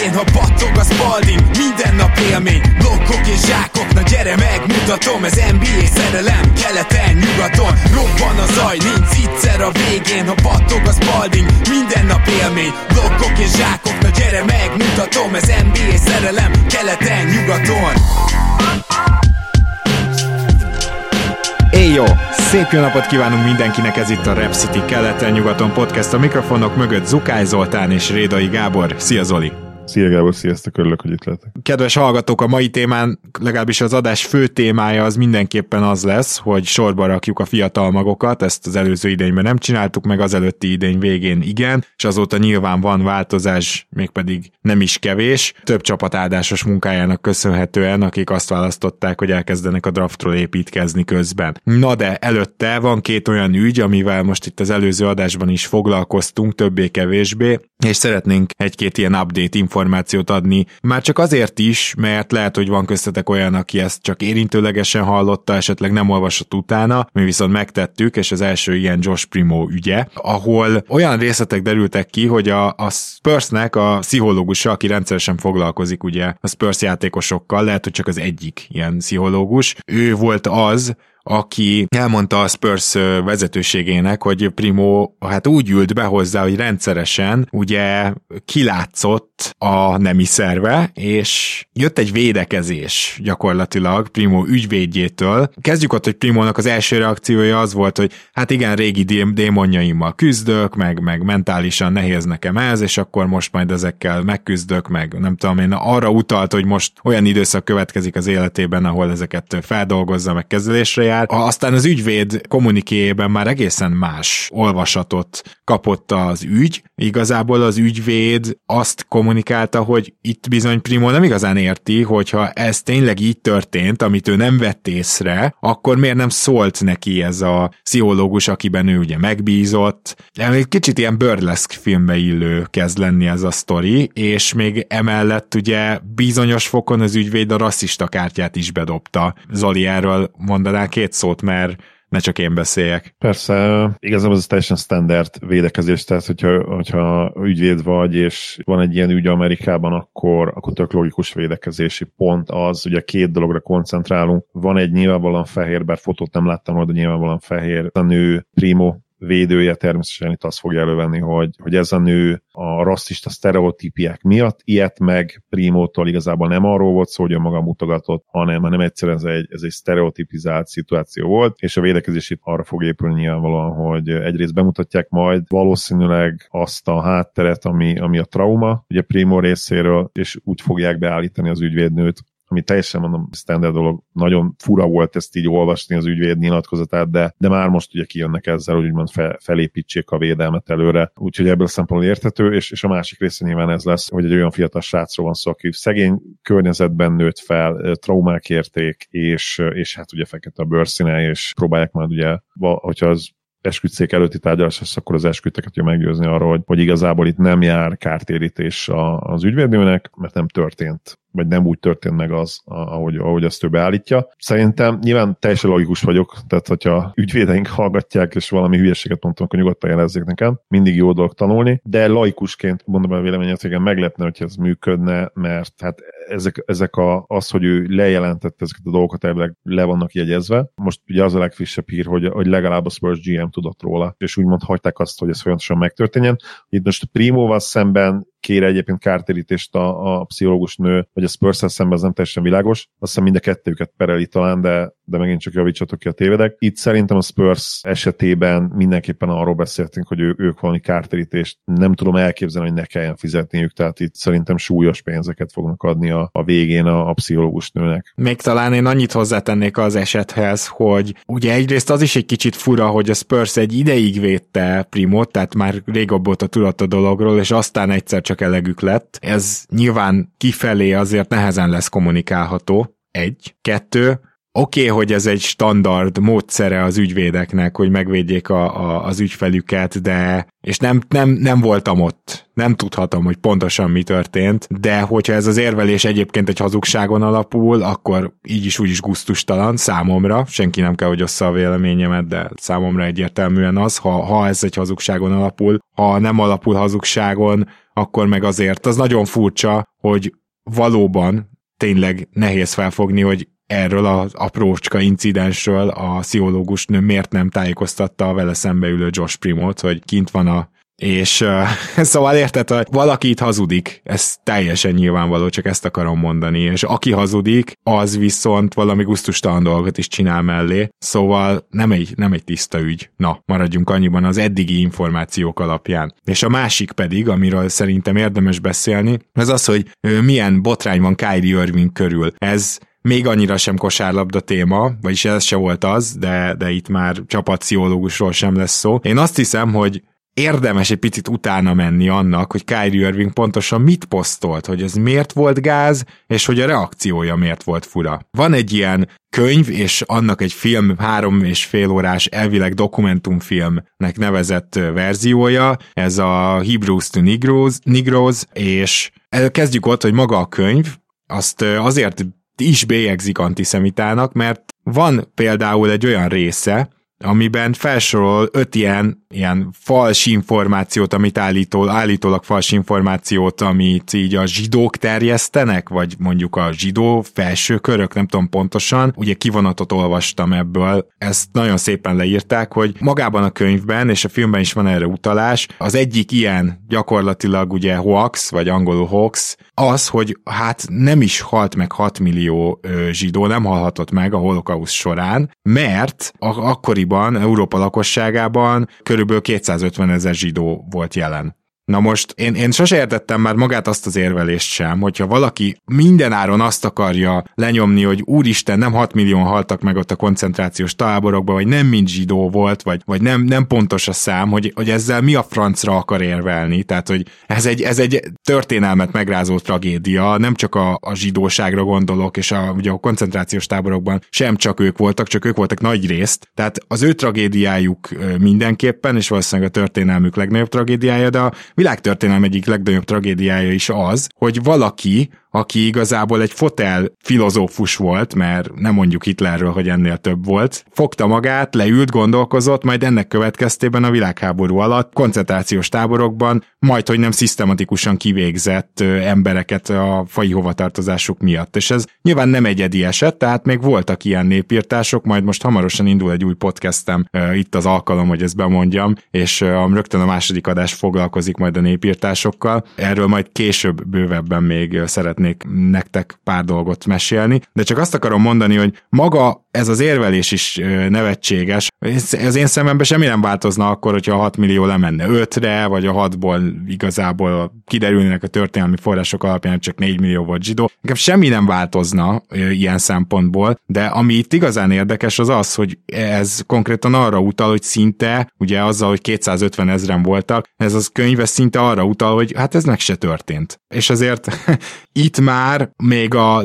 végén, ha battog a Spalding, minden nap élmény, blokkok és zsákok, na gyere megmutatom, ez NBA szerelem, keleten, nyugaton, robban a zaj, nincs egyszer a végén, ha battog a Spalding, minden nap élmény, blokkok és zsákok, na gyere megmutatom, ez NBA szerelem, keleten, nyugaton. Jó! Szép jó napot kívánunk mindenkinek, ez itt a Rap City keleten-nyugaton podcast, a mikrofonok mögött Zukály Zoltán és Rédai Gábor. Szia Zoli! Szia Gábor, sziasztok, örülök, hogy itt lehetek. Kedves hallgatók, a mai témán, legalábbis az adás fő témája az mindenképpen az lesz, hogy sorba rakjuk a fiatal magokat, ezt az előző idényben nem csináltuk meg, az előtti idény végén igen, és azóta nyilván van változás, mégpedig nem is kevés, több csapat áldásos munkájának köszönhetően, akik azt választották, hogy elkezdenek a draftról építkezni közben. Na de előtte van két olyan ügy, amivel most itt az előző adásban is foglalkoztunk, többé-kevésbé, és szeretnénk egy-két ilyen update információt adni. Már csak azért is, mert lehet, hogy van köztetek olyan, aki ezt csak érintőlegesen hallotta, esetleg nem olvasott utána, mi viszont megtettük, és az első ilyen Josh Primo ügye, ahol olyan részletek derültek ki, hogy a Spursnek a pszichológusa, aki rendszeresen foglalkozik ugye a Spurs játékosokkal, lehet, hogy csak az egyik ilyen pszichológus, ő volt az, aki elmondta a Spurs vezetőségének, hogy Primo hát úgy ült be hozzá, hogy rendszeresen ugye kilátszott a nemi szerve, és jött egy védekezés gyakorlatilag Primo ügyvédjétől. Kezdjük ott, hogy Primónak az első reakciója az volt, hogy hát igen, régi démonjaimmal küzdök, meg mentálisan nehéz nekem ez, és akkor most majd ezekkel megküzdök, meg nem tudom én, arra utalt, hogy most olyan időszak következik az életében, ahol ezeket feldolgozza, meg kezelésre jár. Aztán az ügyvéd kommunikéjében már egészen más olvasatot kapott az ügy. Igazából az ügyvéd azt kommunikálta, hogy itt bizony Primo nem igazán érti, hogyha ez tényleg így történt, amit ő nem vett észre, akkor miért nem szólt neki ez a pszichológus, akiben ő ugye megbízott. Egy kicsit ilyen burlesque filmbe illő kezd lenni ez a sztori, és még emellett ugye bizonyos fokon az ügyvéd a rasszista kártyát is bedobta. Zoli, erről mondanál két szót, mert ne csak én beszéljek. Persze, igazából ez teljesen standard védekezés, tehát hogyha ügyvéd vagy, és van egy ilyen ügy Amerikában, akkor tök logikus védekezési pont az, ugye két dologra koncentrálunk. Van egy nyilvánvalóan fehér, bár fotót nem láttam róla, de nyilvánvalóan fehér, a nő Primo védője, természetesen itt azt fogja elővenni, hogy ez a nő a rasszista sztereotípiák miatt ilyet meg Primótól igazából nem arról volt szó, hogy maga mutogatott, hanem egyszerűen ez egy sztereotipizált szituáció volt, és a védekezés itt arra fog épülni nyilvánvalóan, hogy egyrészt bemutatják majd valószínűleg azt a hátteret, ami a trauma, ugye Primo részéről, és úgy fogják beállítani az ügyvédnőt, ami teljesen mondom standard dolog, nagyon fura volt ezt így olvasni az ügyvéd nyilatkozatát, de már most ugye kijönnek ezzel, hogy úgymond felépítsék a védelmet előre, úgyhogy ebből a szempontból érthető, és a másik része nyilván ez lesz, hogy egy olyan fiatal srácról van szó, aki szegény környezetben nőtt fel, traumák érték, és hát ugye fekete a bőrszíne, és próbálják majd ugye, hogyha az esküdtszék előtti tárgyalás lesz, akkor az esküdteket ugye meggyőzni arról, hogy igazából itt nem jár kártérítés az ügyvédnőnek, mert nem történt, vagy nem úgy történt meg az, ahogy azt ő beállítja. Szerintem nyilván teljesen logikus vagyok, tehát hogyha ügyvédeink hallgatják, és valami hülyeséget mondtam, akkor nyugodtan jelezzék nekem. Mindig jó dolog tanulni, de laikusként mondom a véleményet, hogy meglepne, hogyha ez működne, mert hát az, hogy ő lejelentette ezeket a dolgokat, elvileg le vannak jegyezve. Most ugye az a legfrissebb hír, hogy legalább a Spurs GM tudott róla, és úgymond hagyták azt, hogy ez folyamatosan megtörténjen. Itt most a Primóval szemben kér egyébként kártérítést a pszichológus nő, vagy a Spurs-szel szemben, ez nem teljesen világos. Azt hiszem mind a kettőjüket pereli talán, de megint csak javítsatok ki a tévedek. Itt szerintem a Spurs esetében mindenképpen arról beszéltünk, hogy ők valami kártérítést nem tudom elképzelni, hogy ne kelljen fizetniük, tehát itt szerintem súlyos pénzeket fognak adni a végén a pszichológus nőnek. Még talán én annyit hozzátennék az esethez, hogy ugye egyrészt az is egy kicsit fura, hogy a Spurs egy ideig védte Primót, tehát már régebb óta tudott a dologról, és aztán egyszer csak elegük lett. Ez nyilván kifelé azért nehezen lesz kommunikálható. 1. 2. Oké, hogy ez egy standard módszere az ügyvédeknek, hogy megvédjék az ügyfelüket, de és nem voltam ott, nem tudhatom, hogy pontosan mi történt, de hogyha ez az érvelés egyébként egy hazugságon alapul, akkor így is úgy is gusztustalan számomra, senki nem kell, hogy ossza a véleményemet, de számomra egyértelműen az, ha ez egy hazugságon alapul, ha nem alapul hazugságon, akkor meg azért az nagyon furcsa, hogy valóban tényleg nehéz felfogni, hogy erről az aprócska incidensről a pszichológus nő miért nem tájékoztatta a vele szembeülő Josh Primot, hogy kint van és szóval érted, hogy valaki itt hazudik, ez teljesen nyilvánvaló, csak ezt akarom mondani, és aki hazudik, az viszont valami gusztustalan dolgot is csinál mellé, szóval nem egy tiszta ügy. Na, maradjunk annyiban az eddigi információk alapján. És a másik pedig, amiről szerintem érdemes beszélni, az az, hogy milyen botrány van Kyrie Irving körül. Ez még annyira sem kosárlabda téma, vagyis ez se volt az, de itt már csapatpszichológusról sem lesz szó. Én azt hiszem, hogy érdemes egy picit utána menni annak, hogy Kyrie Irving pontosan mit posztolt, hogy ez miért volt gáz, és hogy a reakciója miért volt fura. Van egy ilyen könyv, és annak egy film, 3,5 órás elvileg dokumentumfilmnek nevezett verziója, ez a Hebrews to Negroes, és kezdjük ott, hogy maga a könyv, azt azért is bélyegzik antiszemitának, mert van például egy olyan része, amiben felsorol 5 ilyen fals információt, amit állítólag fals információt, amit így a zsidók terjesztenek, vagy mondjuk a zsidó felső körök, nem tudom pontosan. Ugye kivonatot olvastam ebből, ezt nagyon szépen leírták, hogy magában a könyvben, és a filmben is van erre utalás, az egyik ilyen gyakorlatilag ugye hoax, vagy angolul hoax, az, hogy hát nem is halt meg 6 millió zsidó, nem halhatott meg a holokauszt során, mert akkoriban Európa lakosságában körülbelül 250 000 zsidó volt jelen. Na most én sose értettem már magát azt az érvelést sem, hogyha valaki mindenáron azt akarja lenyomni, hogy úristen, nem 6 millióan haltak meg ott a koncentrációs táborokban, vagy nem mind zsidó volt, vagy nem pontos a szám, hogy ezzel mi a francra akar érvelni. Tehát, hogy ez egy történelmet megrázó tragédia, nem csak a zsidóságra gondolok, és ugye a koncentrációs táborokban sem csak ők voltak, csak ők voltak nagy részt. Tehát az ő tragédiájuk mindenképpen, és valószínűleg a történelmük legnagyobb tragédiája, de a világtörténelem egyik legnagyobb tragédiája is az, hogy valaki, aki igazából egy fotel filozófus volt, mert nem mondjuk Hitlerről, hogy ennél több volt, fogta magát, leült, gondolkozott, majd ennek következtében a világháború alatt koncentrációs táborokban majdhogy nem szisztematikusan kivégzett embereket a faji hovatartozásuk miatt. És ez nyilván nem egyedi eset, tehát még voltak ilyen népírtások, majd most hamarosan indul egy új podcastem, itt az alkalom, hogy ezt bemondjam, és rögtön a második adás foglalkozik majd a népírtásokkal. Erről majd később bővebben még szeretnék nektek pár dolgot mesélni, de csak azt akarom mondani, hogy maga ez az érvelés is nevetséges. Az én szememben semmi nem változna akkor, hogyha a 6 millió lemenne 5-re, vagy a 6-ból igazából kiderülnének a történelmi források alapján, csak 4 millió volt zsidó. Nekem semmi nem változna ilyen szempontból, de ami itt igazán érdekes az az, hogy ez konkrétan arra utal, hogy szinte, ugye azzal, hogy 250 000 voltak, ez az könyv szinte arra utal, hogy hát ez meg se történt. És azért itt már még a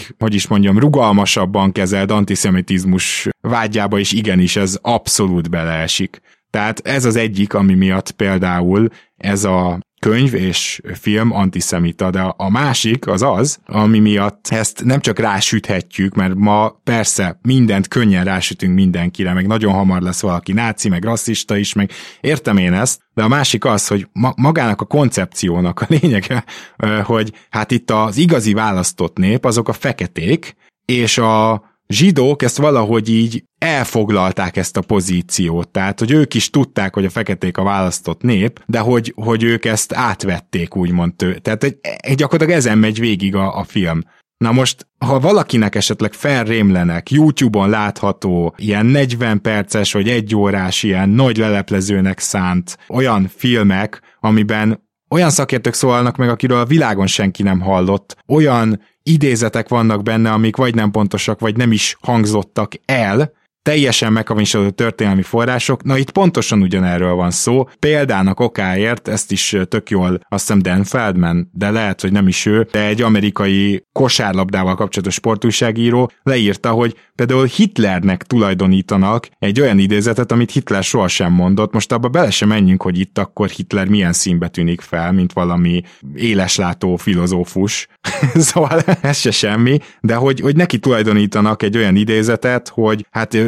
rugalmasabban kezelt antiszemitizmus vágyába is igenis ez abszolút beleesik. Tehát ez az egyik, ami miatt például ez a könyv és film antiszemita, de a másik az, ami miatt ezt nem csak rásüthetjük, mert ma persze mindent könnyen rásütünk mindenkire, meg nagyon hamar lesz valaki náci, meg rasszista is, meg értem én ezt, de a másik az, hogy magának a koncepciónak a lényege, hogy hát itt az igazi választott nép, azok a feketék, és a zsidók ezt valahogy így elfoglalták ezt a pozíciót, tehát hogy ők is tudták, hogy a feketék a választott nép, de hogy ők ezt átvették, úgymond. Tehát gyakorlatilag ezen megy végig a film. Na most, ha valakinek esetleg felrémlenek, YouTube-on látható ilyen 40 perces vagy 1 órás ilyen nagy leleplezőnek szánt olyan filmek, amiben olyan szakértők szólalnak meg, akiről a világon senki nem hallott, olyan idézetek vannak benne, amik vagy nem pontosak, vagy nem is hangzottak el, teljesen meghamisodott történelmi források, na itt pontosan ugyanerről van szó. Példának okáért, ezt is tök jól, azt hiszem Dan Feldman, de lehet, hogy nem is ő, de egy amerikai kosárlabdával kapcsolatos sportújságíró leírta, hogy például Hitlernek tulajdonítanak egy olyan idézetet, amit Hitler sohasem mondott. Most abba bele sem menjünk, hogy itt akkor Hitler milyen színbe tűnik fel, mint valami éleslátó filozófus. Szóval ez se semmi, de hogy neki tulajdonítanak egy olyan idézetet, hogy hát ő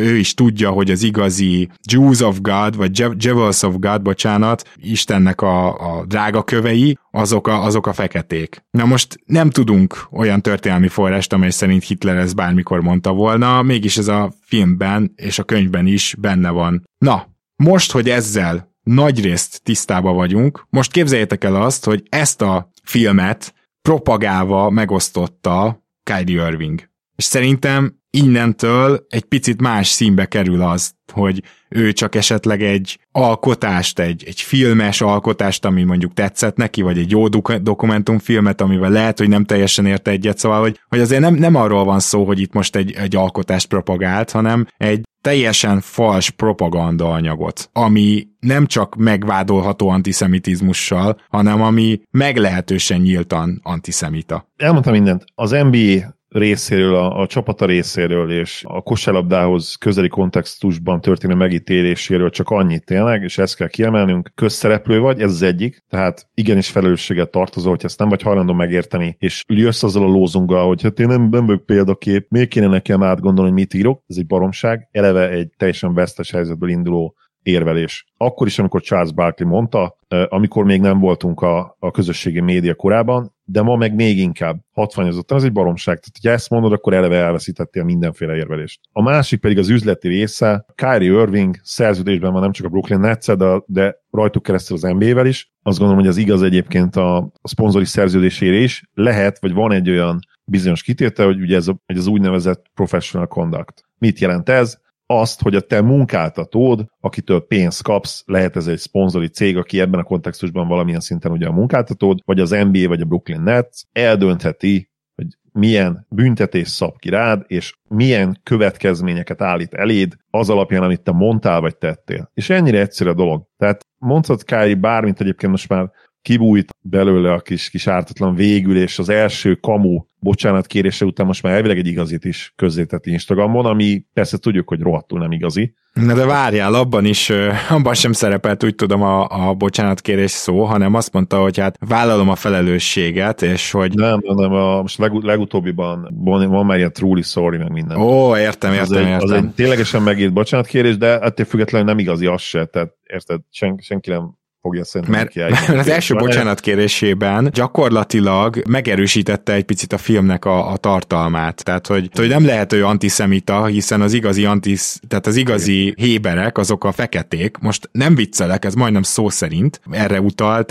ő is tudja, hogy az igazi Jewels of God, vagy Jewels of God, bocsánat, Istennek a drága kövei, azok a feketék. Na most nem tudunk olyan történelmi forrást, amely szerint Hitler ezt bármikor mondta volna, mégis ez a filmben és a könyvben is benne van. Na, most, hogy ezzel nagyrészt tisztában vagyunk, most képzeljétek el azt, hogy ezt a filmet propagálva megosztotta Kyrie Irving. És szerintem innentől egy picit más színbe kerül az, hogy ő csak esetleg egy alkotást, egy filmes alkotást, ami mondjuk tetszett neki, vagy egy jó dokumentumfilmet, amivel lehet, hogy nem teljesen érte egyet, szóval, hogy azért nem arról van szó, hogy itt most egy alkotást propagált, hanem egy teljesen fals propaganda anyagot, ami nem csak megvádolható antiszemitizmussal, hanem ami meglehetősen nyíltan antiszemita. Elmondtam mindent. Az NBA részéről, a csapata részéről és a kosárlabdához közeli kontextusban történő megítéléséről csak annyit tényleg, és ezt kell kiemelnünk, közszereplő vagy, ez az egyik, tehát igenis felelősséget tartozol, hogy ezt nem vagy hajlandó megérteni, és jössz azzal a lózunggal, hogy hát én nem vagyok példakép, még kéne nekem átgondolni, hogy mit írok, ez egy baromság, eleve egy teljesen vesztes helyzetből induló érvelés. Akkor is, amikor Charles Barkley mondta, amikor még nem voltunk a közösségi média korában, de ma meg még inkább hatványozottan, ez egy baromság. Tehát, ha ezt mondod, akkor eleve elveszítettél mindenféle érvelést. A másik pedig az üzleti része. Kyrie Irving szerződésben van nem csak a Brooklyn Nets-el, de rajtuk keresztül az NBA-vel is. Azt gondolom, hogy az igaz egyébként a szponzori szerződésére is. Lehet, vagy van egy olyan bizonyos kitétel, hogy ugye ez az úgynevezett professional conduct. Mit jelent ez? Azt, hogy a te munkáltatód, akitől pénzt kapsz, lehet ez egy szponzori cég, aki ebben a kontextusban valamilyen szinten ugye a munkáltatód, vagy az NBA, vagy a Brooklyn Nets, eldöntheti, hogy milyen büntetés szab ki rád, és milyen következményeket állít eléd az alapján, amit te mondtál, vagy tettél. És ennyire egyszerű a dolog. Tehát mondhat Kyrie bármint, egyébként most már kibújt belőle a kis ártatlan végül, és az első kamu bocsánatkérése után most már elvileg egy igazit is közzétett Instagramon, ami persze tudjuk, hogy rohadtul nem igazi. Na de várjál, abban sem szerepelt, úgy tudom, a bocsánatkérés szó, hanem azt mondta, hogy hát vállalom a felelősséget, és hogy... Nem, most legutóbbiban van már ilyen truly sorry, meg minden. Ó, értem. Az egy ténylegesen megírt bocsánatkérés, de ettől függetlenül nem igazi az se, tehát érted, senki nem fogja mert az első bocsánatkérésében gyakorlatilag megerősítette egy picit a filmnek a tartalmát. Tehát, hogy nem lehet ő antiszemita, hiszen az igazi héberek, azok a feketék, most nem viccelek, ez majdnem szó szerint erre utalt,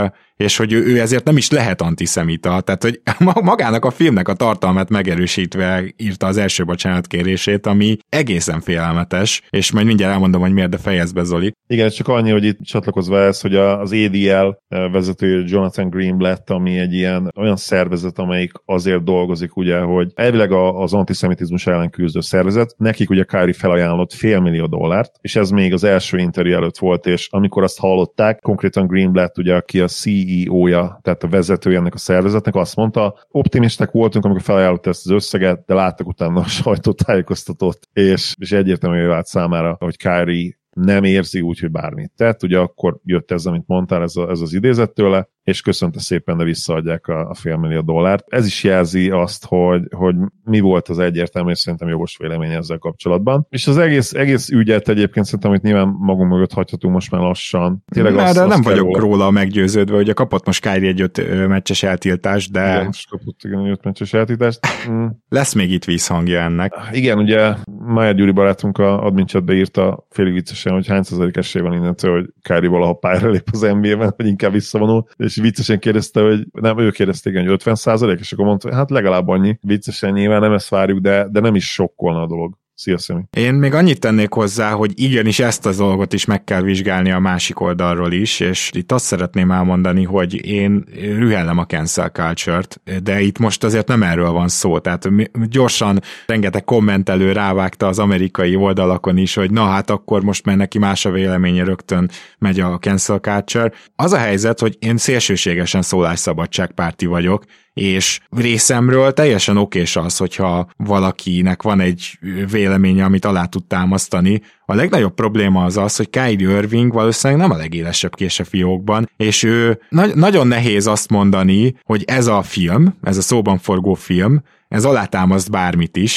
és hogy ő ezért nem is lehet antiszemita. Tehát, hogy magának a filmnek a tartalmát megerősítve írta az első bocsánatkérését, ami egészen félelmetes, és majd mindjárt elmondom, hogy miért, de fejezd be, Zoli. Igen, csak annyi, hogy itt csatlakozva ez, hogy az ADL vezető Jonathan Greenblatt, ami egy olyan szervezet, amelyik azért dolgozik, ugye, hogy elvileg az antiszemitizmus ellen küzdő szervezet, nekik ugye Kyrie felajánlott $500 millió, és ez még az első interjú előtt volt, és amikor azt hallották, konkrétan Greenblatt, ugye, aki a CEO-ja, tehát a vezetője ennek a szervezetnek, azt mondta, optimisták voltunk, amikor felajánlott ezt az összeget, de láttak utána a sajtótájékoztatót, és egyértelműen vált számára, hogy Kyrie nem érzi úgy, hogy bármit tett. Ugye akkor jött ez, amit mondtál, ez az idézet tőle, és köszönte szépen, de visszaadják a $500 millió. Ez is jelzi azt, hogy mi volt az egyértelmű, és szerintem jogos vélemény ezzel kapcsolatban. És az egész ügyet egyébként szerintem, hogy nyilván magunk mögött hagyhatunk most már lassan. Tényleg de nem vagyok róla meggyőződve, hogy kapott most Kyrie egy 5 meccses eltiltást, de... Igen, most kapott egy 5 meccses eltiltást. Lesz még itt vízhangja ennek. Igen, ugye Májer Gyuri barátunk a admin chatbe írta félig viccesen, hogy hány százalék esély van innentől, hogy Kyrie valaha pályára lép az NBA-ben, vagy inkább visszavonul, és viccesen kérdezte, hogy nem, ő kérdezte, igen, hogy 50%, és akkor mondta, hogy hát legalább annyi. Viccesen nyilván nem ezt várjuk, de nem is sokkolna a dolog. Szia, Szemi. Én még annyit tennék hozzá, hogy igenis ezt a dolgot is meg kell vizsgálni a másik oldalról is, és itt azt szeretném elmondani, hogy én rühellem a cancel culture-t, de itt most azért nem erről van szó, tehát gyorsan rengeteg kommentelő rávágta az amerikai oldalakon is, hogy na hát akkor most már neki más a véleménye, rögtön megy a cancel culture. Az a helyzet, hogy én szélsőségesen szólásszabadságpárti vagyok, és részemről teljesen okés az, hogyha valakinek van egy véleménye, amit alá tud támasztani. A legnagyobb probléma az, hogy Kyrie Irving valószínűleg nem a legélesebb kés a fiókban, és ő nagyon nehéz azt mondani, hogy ez a film, ez a szóban forgó film, ez alátámaszt bármit is,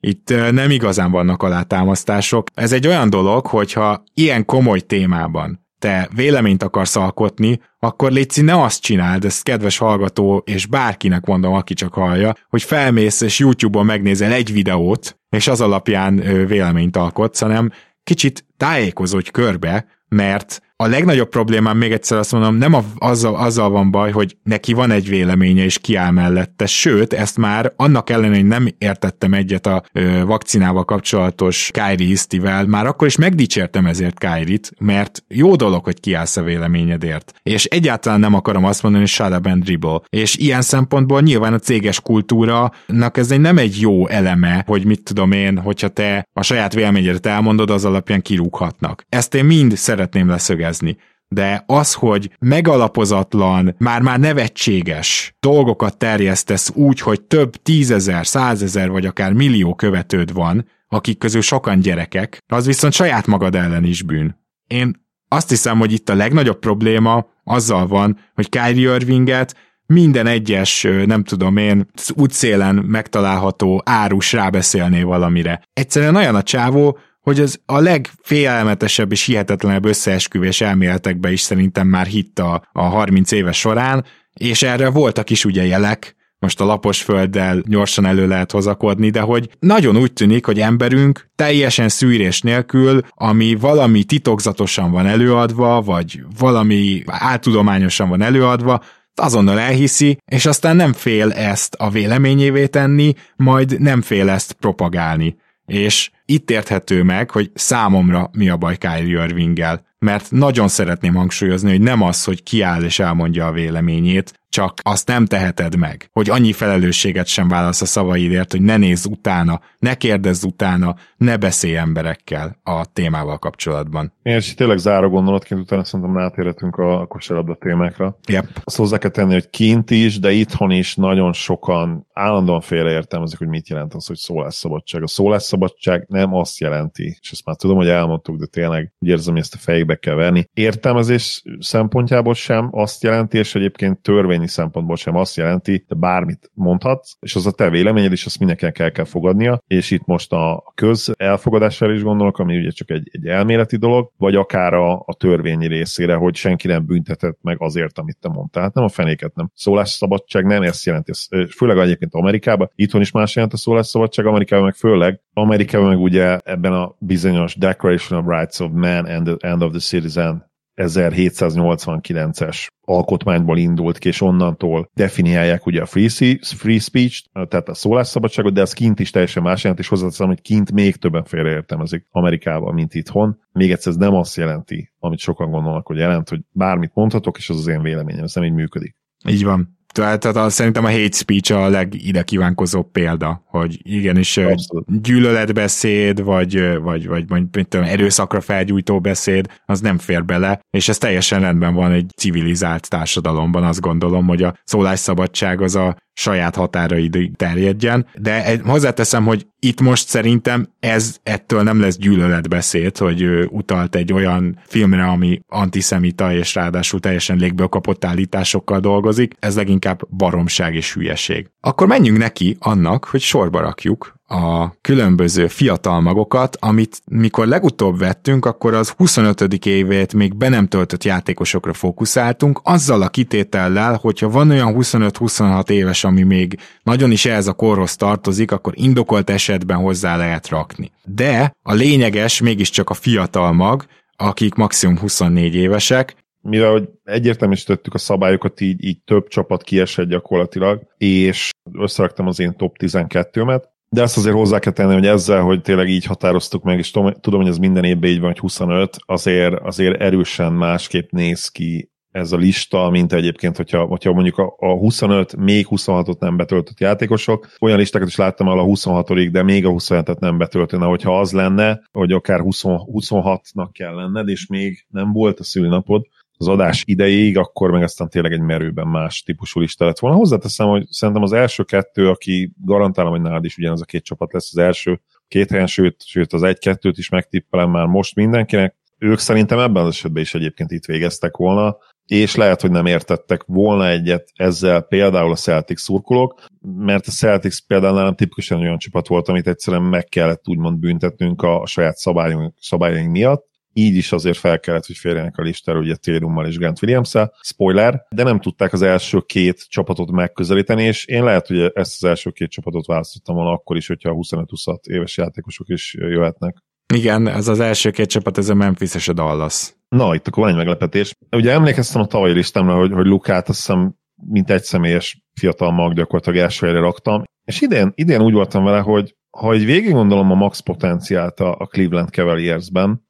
Itt nem igazán vannak alátámasztások. Ez egy olyan dolog, hogyha ilyen komoly témában te véleményt akarsz alkotni, akkor létszi, ne azt csináld, ezt kedves hallgató, és bárkinek mondom, aki csak hallja, hogy felmész és YouTube-on megnézel egy videót, és az alapján véleményt alkotsz, hanem kicsit tájékozódj körbe, mert a legnagyobb problémám, még egyszer azt mondom, nem azzal van baj, hogy neki van egy véleménye, és kiáll mellette, sőt, ezt már annak ellenére, hogy nem értettem egyet a vakcinával kapcsolatos Kyrie East-vel, már akkor is megdicsértem ezért Kyrie-t, mert jó dolog, hogy kiállsz a véleményedért. És egyáltalán nem akarom azt mondani, hogy shut up and dribble. És ilyen szempontból nyilván a céges kultúrának ez nem egy jó eleme, hogy mit tudom én, hogyha te a saját véleményedet elmondod, az alapján kirúghatnak. Ezt én mind szeretném leszögezni. De az, hogy megalapozatlan, már nevetséges dolgokat terjesztesz úgy, hogy több 10 000, 100 000 vagy akár millió követőd van, akik közül sokan gyerekek, az viszont saját magad ellen is bűn. Én azt hiszem, hogy itt a legnagyobb probléma azzal van, hogy Kyrie Irvinget minden egyes, nem tudom én, útszélen megtalálható árus rábeszélné valamire. Egyszerűen olyan a csávó, hogy az a legfélelmetesebb és hihetetlenebb összeesküvés elméletekbe is szerintem már hitt a 30 éves során, és erre voltak is ugye jelek, most a lapos földdel gyorsan elő lehet hozakodni, de hogy nagyon úgy tűnik, hogy emberünk teljesen szűrés nélkül, ami valami titokzatosan van előadva, vagy valami áltudományosan van előadva, azonnal elhiszi, és aztán nem fél ezt a véleményévé tenni, majd nem fél ezt propagálni. És itt érthető meg, hogy számomra mi a baj Kyrie Irvinggel, mert nagyon szeretném hangsúlyozni, hogy nem az, hogy kiáll és elmondja a véleményét, csak azt nem teheted meg, hogy annyi felelősséget sem válasz a szavaidért, hogy ne nézz utána, ne kérdezz utána, ne beszélj emberekkel a témával kapcsolatban. És tényleg záró gondolatként utána szerintem rátérhetünk a kosárlabda témákra. Yep. Azt hozzá kell tenni, hogy kint is, de itthon is nagyon sokan állandóan félreértelmezik, hogy mit jelent az, hogy szólásszabadság. A szólásszabadság nem azt jelenti, és ezt már tudom, hogy elmondtuk, de tényleg úgy érzem, hogy ezt a fejébe kell venni. Értelmezés szempontjából sem azt jelenti, és egyébként törvény szempontból sem azt jelenti, de bármit mondhatsz, és az a te véleményed, és azt mindenkinek el kell fogadnia, és itt most a köz elfogadására is gondolok, ami ugye csak egy elméleti dolog, vagy akár a törvényi részére, hogy senki nem büntetett meg azért, amit te mondtál. Hát nem a fenéket, nem. Szólásszabadság nem ezt jelenti, főleg egyébként Amerikában, itthon is más jelent a szólásszabadság, Amerikában meg főleg, Amerikában meg ugye ebben a bizonyos Declaration of Rights of Man and the End of the Citizen 1789-es alkotmányból indult ki, és onnantól definiálják ugye a free speech, tehát a szólásszabadságot, de ez kint is teljesen más jelent, és hozzáteszem, hogy kint még többen félreértelmezik Amerikában, mint itthon. Még egyszer ez nem azt jelenti, amit sokan gondolnak, hogy jelent, hogy bármit mondhatok, és az én véleményem, ez nem így működik. Így van. Tehát szerintem a hate speech a legide kívánkozóbb példa, hogy igenis gyűlöletbeszéd, vagy mit tudom, erőszakra felgyújtó beszéd, az nem fér bele, és ez teljesen rendben van egy civilizált társadalomban, azt gondolom, hogy a szólásszabadság az a saját határaid terjedjen, de hozzáteszem, hogy itt most szerintem ettől nem lesz gyűlöletbeszéd, hogy utalt egy olyan filmre, ami antiszemita, és ráadásul teljesen légből kapott állításokkal dolgozik, ez leginkább baromság és hülyeség. Akkor menjünk neki annak, hogy sorba rakjuk a különböző fiatal magokat, amit mikor legutóbb vettünk, akkor az 25. évét még be nem töltött játékosokra fókuszáltunk, azzal a kitétellel, hogyha van olyan 25-26 éves, ami még nagyon is ehhez a korhoz tartozik, akkor indokolt esetben hozzá lehet rakni. De a lényeges mégiscsak a fiatal mag, akik maximum 24 évesek, mivel hogy egyértelműsítettük a szabályokat, így több csapat kiesett gyakorlatilag, és összeraktam az én top 12-met, de ezt azért hozzá kell tenni, hogy ezzel, hogy tényleg így határoztuk meg, és tudom, hogy ez minden évben így van, hogy 25, azért erősen másképp néz ki ez a lista, mint egyébként, hogyha mondjuk a 25, még 26-ot nem betöltött játékosok. Olyan listákat is láttam, ahol a 26. de még a 27-et nem betöltene. Hogyha az lenne, hogy akár 26-nak kell lenned, és még nem volt a szülinapod az adás idejéig, akkor meg aztán tényleg egy merőben más típusú lista lett volna. Hozzáteszem, hogy szerintem az első kettő, aki garantálom, hogy nálad is ugyanaz a két csapat lesz az első két helyen, sőt az 1-2-t is megtippelem már most mindenkinek. Ők szerintem ebben az esetben is egyébként itt végeztek volna, és lehet, hogy nem értettek volna egyet ezzel például a Celtics szurkolók, mert a Celtics például nálam tipikusan olyan csapat volt, amit egyszerűen meg kellett úgymond büntetnünk a saját szabályaink miatt, így is azért fel kellett, hogy férjenek a listára, ugye Térummal és Grant Williams-el, spoiler, de nem tudták az első két csapatot megközelíteni, és én lehet, hogy ezt az első két csapatot választottam volna akkor is, hogyha 25-26 éves játékosok is jöhetnek. Igen, ez az első két csapat, ez a Memphis és a Dallas. Na, itt akkor van egy meglepetés. Ugye emlékeztem a tavalyi listámra, hogy Lukát azt hiszem mint egy személyes fiatal mag gyakorlatilag első helyre raktam, és idén úgy voltam vele, hogy ha egy végig gondolom a max potenciált a Cleveland Cavaliersben,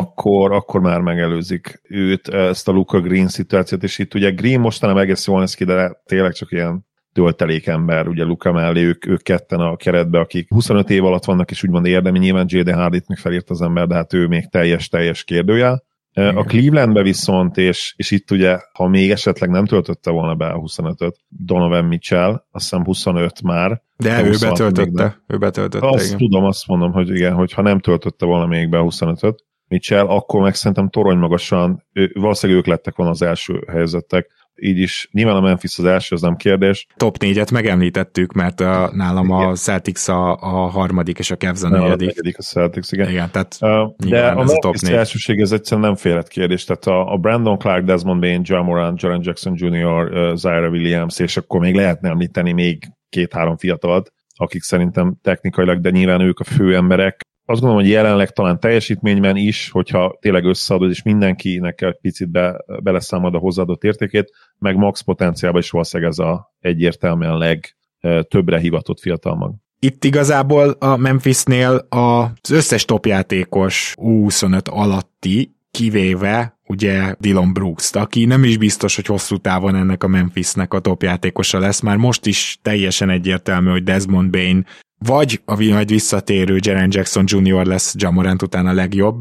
akkor már megelőzik őt, ezt a Luka Green szituációt, és itt ugye Green mostanában egész jól lesz ki, de tényleg csak ilyen töltelék ember, ugye Luka mellé, ők ketten a keretbe, akik 25 év alatt vannak, és úgymond érdemi, nyilván Jaden Hardit még felírt az ember, de hát ő még teljes kérdőjel. A Clevelandbe viszont, és itt ugye, ha még esetleg nem töltötte volna be a 25-öt, Donovan Mitchell, azt hiszem 25 már. De ő betöltötte. Azt igen. Tudom, azt mondom, hogy igen, hogy ha nem töltötte volna még be a 25-öt, Mitchell, akkor meg szerintem torony magasan, valószínűleg ők lettek volna az első helyzetek. Így is, nyilván a Memphis az első, az nem kérdés. Top 4-et megemlítettük, mert nálam a Celtics a harmadik, és a Cavs a negyedik. A Celtics, igen. Igen, tehát de a Memphis elsőség ez egyszerűen nem félhet kérdés. Tehát a Brandon Clark, Desmond Bane, Ja Morant, Jaren Jackson Jr., Zaire Williams, és akkor még lehetne említeni még 2-3 fiatalt, akik szerintem technikailag, de nyilván ők a fő emberek. Azt gondolom, hogy jelenleg talán teljesítményben is, hogyha tényleg összeadod, és mindenkinek egy picit beleszámad a hozzáadott értékét, meg max potenciálban is valószínűleg ez a egyértelműen legtöbbre hivatott fiatal mag. Itt igazából a Memphisnél az összes topjátékos U25 alatti, kivéve ugye Dillon Brooks-t, aki nem is biztos, hogy hosszú távon ennek a Memphisnek a topjátékosa lesz, már most is teljesen egyértelmű, hogy Desmond Bane vagy a majd visszatérő Jaren Jackson Jr. lesz Ja Morant után a legjobb,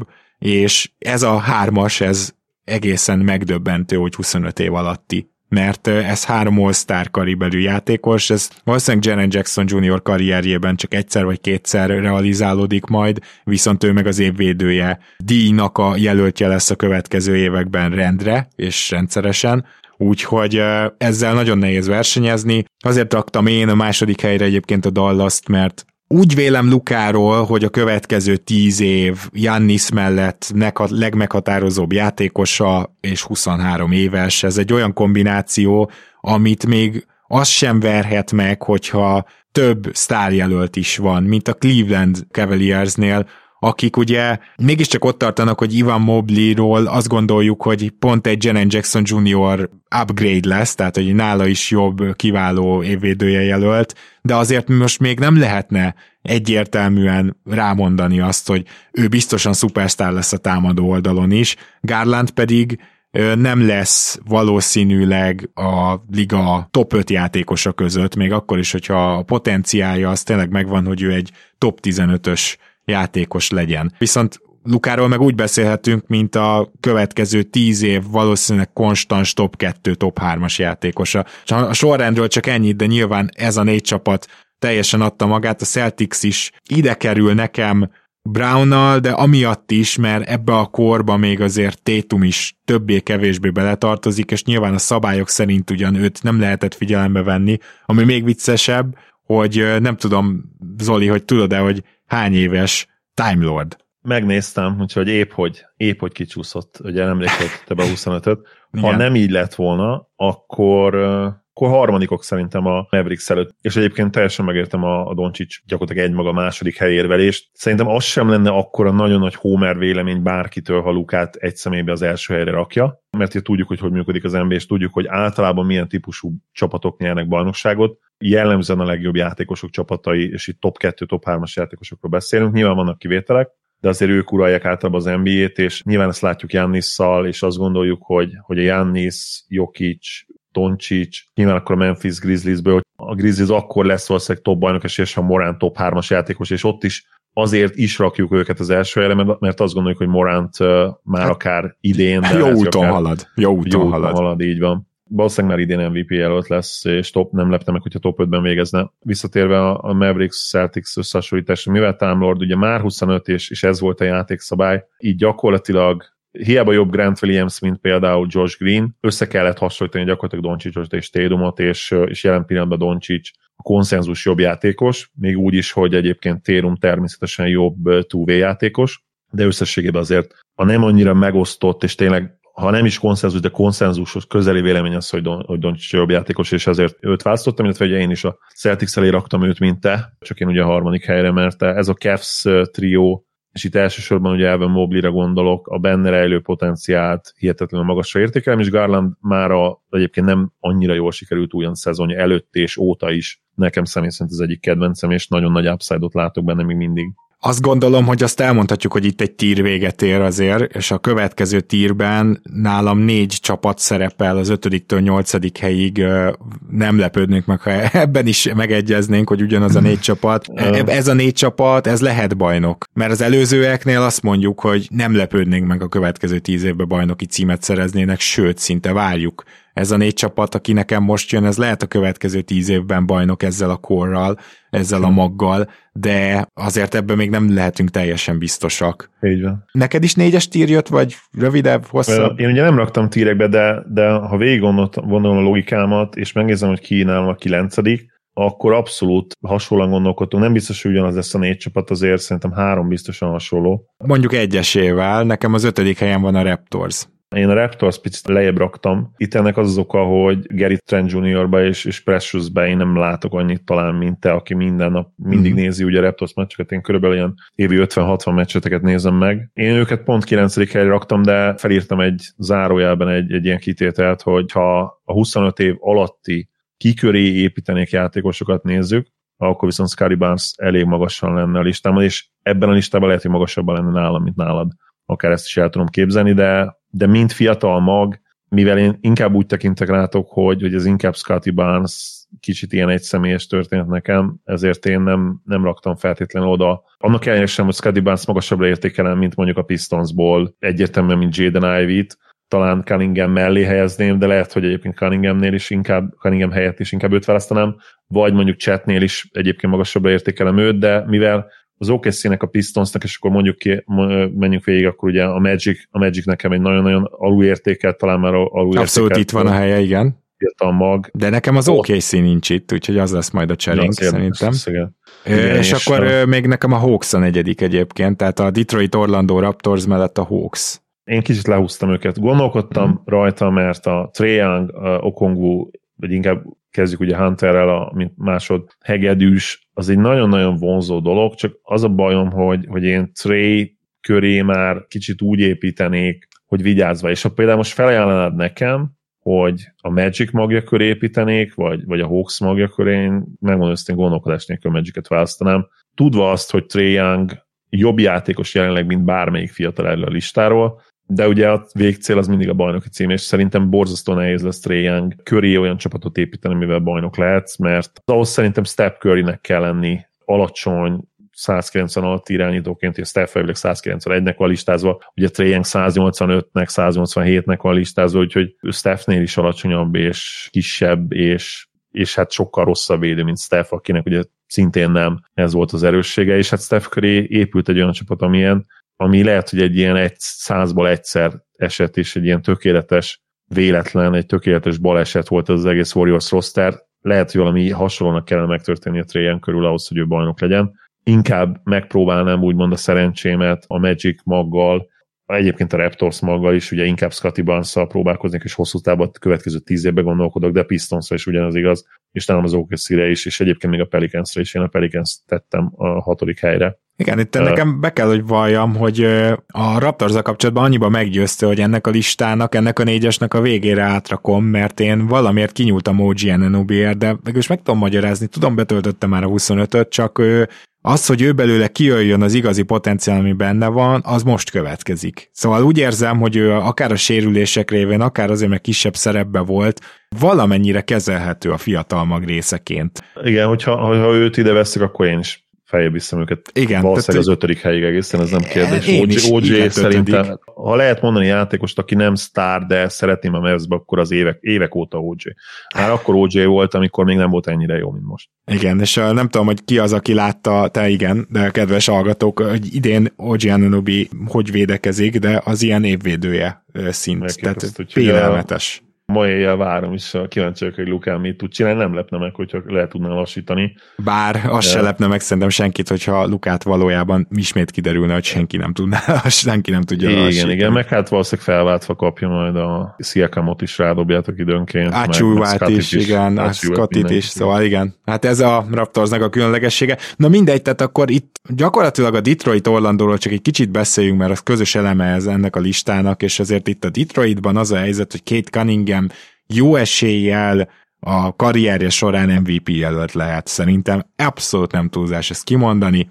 és ez a hármas, ez egészen megdöbbentő, hogy 25 év alatti, mert ez 3 All-Star karibelű játékos, ez valószínűleg Jaren Jackson Jr. karrierjében csak egyszer vagy kétszer realizálódik majd, viszont ő meg az évvédője díjnak a jelöltje lesz a következő években rendre és rendszeresen, úgyhogy ezzel nagyon nehéz versenyezni. Azért raktam én a második helyre egyébként a Dallast, mert úgy vélem Lukáról, hogy a következő 10 év Giannis mellett a legmeghatározóbb játékosa, és 23 éves. Ez egy olyan kombináció, amit még az sem verhet meg, hogyha több sztárjelölt is van, mint a Cleveland Cavaliersnél, akik ugye mégiscsak ott tartanak, hogy Evan Mobleyról azt gondoljuk, hogy pont egy Jaren Jackson Jr. upgrade lesz, tehát hogy nála is jobb, kiváló évvédője jelölt, de azért most még nem lehetne egyértelműen rámondani azt, hogy ő biztosan szupersztár lesz a támadó oldalon is, Garland pedig nem lesz valószínűleg a liga top 5 játékosa között, még akkor is, hogyha a potenciálja az tényleg megvan, hogy ő egy top 15-ös játékos legyen. Viszont Lukáról meg úgy beszélhetünk, mint a következő 10 év valószínűleg konstans top 2, top 3-as játékosa. A sorrendről csak ennyit, de nyilván ez a 4 csapat teljesen adta magát, a Celtics is ide kerül nekem Brownnal, de amiatt is, mert ebbe a korba még azért Tatum is többé-kevésbé beletartozik, és nyilván a szabályok szerint ugyan őt nem lehetett figyelembe venni, ami még viccesebb, hogy nem tudom, Zoli, hogy tudod-e, hogy hány éves Time Lord? Megnéztem, úgyhogy épp hogy kicsúszott, ugye emlékeztette be a 25-öt. Ha nem így lett volna, akkor harmadikok szerintem a Mavericks előtt. És egyébként teljesen megértem a Doncic gyakorlatilag egymaga második helyérvelést. Szerintem az sem lenne akkora nagyon nagy homer vélemény bárkitől, ha Lukát egy személybe az első helyre rakja, mert tudjuk, hogy működik az NBA, és tudjuk, hogy általában milyen típusú csapatok nyernek bajnokságot. Jellemzően a legjobb játékosok csapatai, és itt top 2, top 3-as játékosokról beszélünk. Nyilván vannak kivételek, de azért ők uralják általában az NBA-t, és nyilván ezt látjuk Giannisszal, és azt gondoljuk, hogy a Giannis, Jokic, Doncic, nyilván akkor a Memphis Grizzliesből, hogy a Grizzlies akkor lesz valószínűleg top bajnok, és ha Morant top 3-as játékos, és ott is azért is rakjuk őket az első helyre, mert azt gondoljuk, hogy Morant már akár idén, de jó úton halad. Jó úton halad, így van. Valószínűleg már idén MVP jelölt lesz, és nem lepne meg, hogyha top 5-ben végezne. Visszatérve a Mavericks Celtics összehasonlításra, mivel Time Lord ugye már 25, és ez volt a játékszabály, így gyakorlatilag hiába jobb Grant Williams, mint például Josh Green, össze kellett hasonlítani gyakorlatilag Doncsicsot és Tatumot, és jelen pillanatban Doncic a konszenzus jobb játékos, még úgy is, hogy egyébként Tatum természetesen jobb two-way játékos, de összességében azért, ha nem annyira megosztott, és tényleg, ha nem is konszenzus, de konszenzushoz közeli vélemény az, hogy Doncic jobb játékos, és ezért őt választottam, illetve ugye én is a Celtics elé raktam őt, mint te, csak én ugye a harmadik helyre, mert ez a Cavs trió, és itt elsősorban ugye Evan Mobley-ra gondolok, a benne rejlő potenciált hihetetlenül magasra értékelem, és Garland mára egyébként nem annyira jól sikerült újon szezonja előtt és óta is. Nekem személy szerint az egyik kedvencem, és nagyon nagy upside-ot látok benne még mindig. Azt gondolom, hogy azt elmondhatjuk, hogy itt egy tír véget ér azért, és a következő tírben nálam 4 csapat szerepel az 5-től 8. helyig, nem lepődnénk meg, ha ebben is megegyeznénk, hogy ugyanaz a 4 csapat. Ez a 4 csapat, ez lehet bajnok. Mert az előzőeknél azt mondjuk, hogy nem lepődnénk meg a következő 10 évben bajnoki címet szereznének, sőt, szinte várjuk. Ez a 4 csapat, aki nekem most jön, ez lehet a következő 10 évben bajnok ezzel a korral, ezzel a maggal, de azért ebben még nem lehetünk teljesen biztosak. Így van. Neked is 4-es tír jött, vagy rövidebb, hosszabb? Én ugye nem raktam tírekbe, de ha végig gondolom a logikámat, és megnézem, hogy ki nálam a 9., akkor abszolút hasonlóan gondolkodtunk. Nem biztos, hogy ugyanaz lesz a 4 csapat, azért szerintem 3 biztosan hasonló. Mondjuk egyesével, nekem az 5. helyen van a Raptors. Én a Raptors picit lejjebb raktam. Itt ennek az oka, hogy Gary Trent Jr.-ba és Precious-be én nem látok annyit talán, mint te, aki minden nap mindig nézi ugye a Raptors meccseket. Én körülbelül ilyen évi 50-60 meccseteket nézem meg. Én őket pont 9. helyre raktam, de felírtam egy zárójelben egy ilyen kitételt, hogy ha a 25 év alatti kiköré építenék játékosokat nézzük, akkor viszont Scottie Barnes elég magasan lenne a listámon, és ebben a listában lehet, hogy magasabban lenne nálam, mint nálad. Akár ezt is el tudom képzelni, de mint fiatal mag, mivel én inkább úgy tekintek rátok, hogy ez inkább Scottie Barnes kicsit ilyen egyszemélyes történet nekem, ezért én nem raktam feltétlenül oda. Annak ellenére sem, hogy Scottie Barnes magasabbra értékelem, mint mondjuk a Pistonsból, egyértelműen, mint Jaden Ivey-t, talán Cunningham mellé helyezném, de lehet, hogy egyébként Cunningham helyett is inkább őt választanám, vagy mondjuk Chatnél is egyébként magasabbra értékelem őt, de mivel az OKC-nek, a Pistonsnak, és akkor menjünk végig, akkor ugye a Magic nekem egy nagyon-nagyon alulértékelt, talán már alulértékelt. Abszolút itt van a helye, igen. A mag. De nekem az OKC nincs itt, úgyhogy az lesz majd a cserénk, szerintem. Igen, és akkor még nekem a Hawks a 4. egyébként, tehát a Detroit Orlando Raptors mellett a Hawks. Én kicsit lehúztam őket. Gondolkodtam rajta, mert a Trae Young, Okongwu, vagy inkább kezdjük ugye Hunterrel, mint másod hegedűs, az egy nagyon-nagyon vonzó dolog, csak az a bajom, hogy én Trae köré már kicsit úgy építenék, hogy vigyázva. És ha például most felajánlanád nekem, hogy a Magic magja köré építenék, vagy a Hawks magja köré, én megmondom, hogy gondolkodás nélkül a Magicet választanám. Tudva azt, hogy Trae Young jobb játékos jelenleg, mint bármelyik fiatal erről a listáról, de ugye a végcél az mindig a bajnoki cím, és szerintem borzasztó nehéz lesz Trae Young köré olyan csapatot építeni, mivel bajnok lehetsz, mert ahhoz szerintem Steph Currynek kell lenni alacsony, 190 alatt irányítóként, és Steph elvileg 191-nek van listázva, ugye Trae Young 185-nek, 187-nek van listázva, úgyhogy Stephnél is alacsonyabb és kisebb, és hát sokkal rosszabb védő, mint Steph, akinek ugye szintén nem ez volt az erőssége, és hát Steph Curry épült egy olyan csapat, ami lehet, hogy egy ilyen 100-ból egyszer esett, és egy ilyen tökéletes véletlen, egy tökéletes baleset volt az egész Warriors roster. Lehet, hogy valami hasonlónak kellene megtörténni a Trae Young körül ahhoz, hogy ő bajnok legyen. Inkább megpróbálnám úgymond a szerencsémet a Magic maggal, egyébként a Raptors maggal is, ugye inkább Scottie Barnes-szal próbálkoznék, és hosszú távon a következő 10 évben gondolkodok, de a Pistonsra is ugyanaz igaz, és talán az OKC-re is, és egyébként még a Pelicansra is, én a Pelicans tettem a 6. helyre. Igen, itt nekem be kell, hogy valljam, hogy a Raptors-a kapcsolatban annyiban meggyőzte, hogy ennek a listának, ennek a 4-esnek a végére átrakom, mert én valamiért kinyúltam OG Anunobyért, de mégis meg tudom magyarázni, tudom, betöltöttem már a 25-öt, csak az, hogy ő belőle kijöjjön az igazi potenciál, ami benne van, az most következik. Szóval úgy érzem, hogy ő akár a sérülések révén, akár azért, mert kisebb szerepben volt, valamennyire kezelhető a fiatal mag részeként. Igen, hogyha őt ide veszük, akkor én is feljebb viszem őket. Igen, valószínűleg az 5. helyig egészen, ez nem kérdés. OG szerintem, ha lehet mondani játékost, aki nem sztár, de szeretném a Mavsbe, akkor az évek óta OG. Már akkor OG volt, amikor még nem volt ennyire jó, mint most. Igen, és nem tudom, hogy ki az, aki látta, te igen, de kedves hallgatók, hogy idén OG Anunoby hogy védekezik, de az ilyen évvédője szint, tehát félelmetes. Ma éjjel várom is, kíváncsi vagyok, hogy Luka mit tud csinálni, nem lepne meg, hogyha le tudná lassítani. Bár az se lepne meg szerintem senkit, hogyha Lukát valójában ismét kiderülne, hogy senki nem tudja lassítani. Igen, meg hát valószínűleg felváltva kapja majd a Siakamot is rádobjátok időnként. Ácsújvát is, igen, a Scottit is, szóval igen. Hát ez a Raptorsnak a különlegessége. Na mindegy, tehát akkor itt gyakorlatilag a Detroit Orlandóról csak egy kicsit beszéljünk, mert az közös eleme ez ennek a listának, és azért itt a Detroitban az a helyzet, hogy Kate Cunningham jó eséllyel a karrierje során MVP jelölt lehet. Szerintem abszolút nem túlzás ezt kimondani.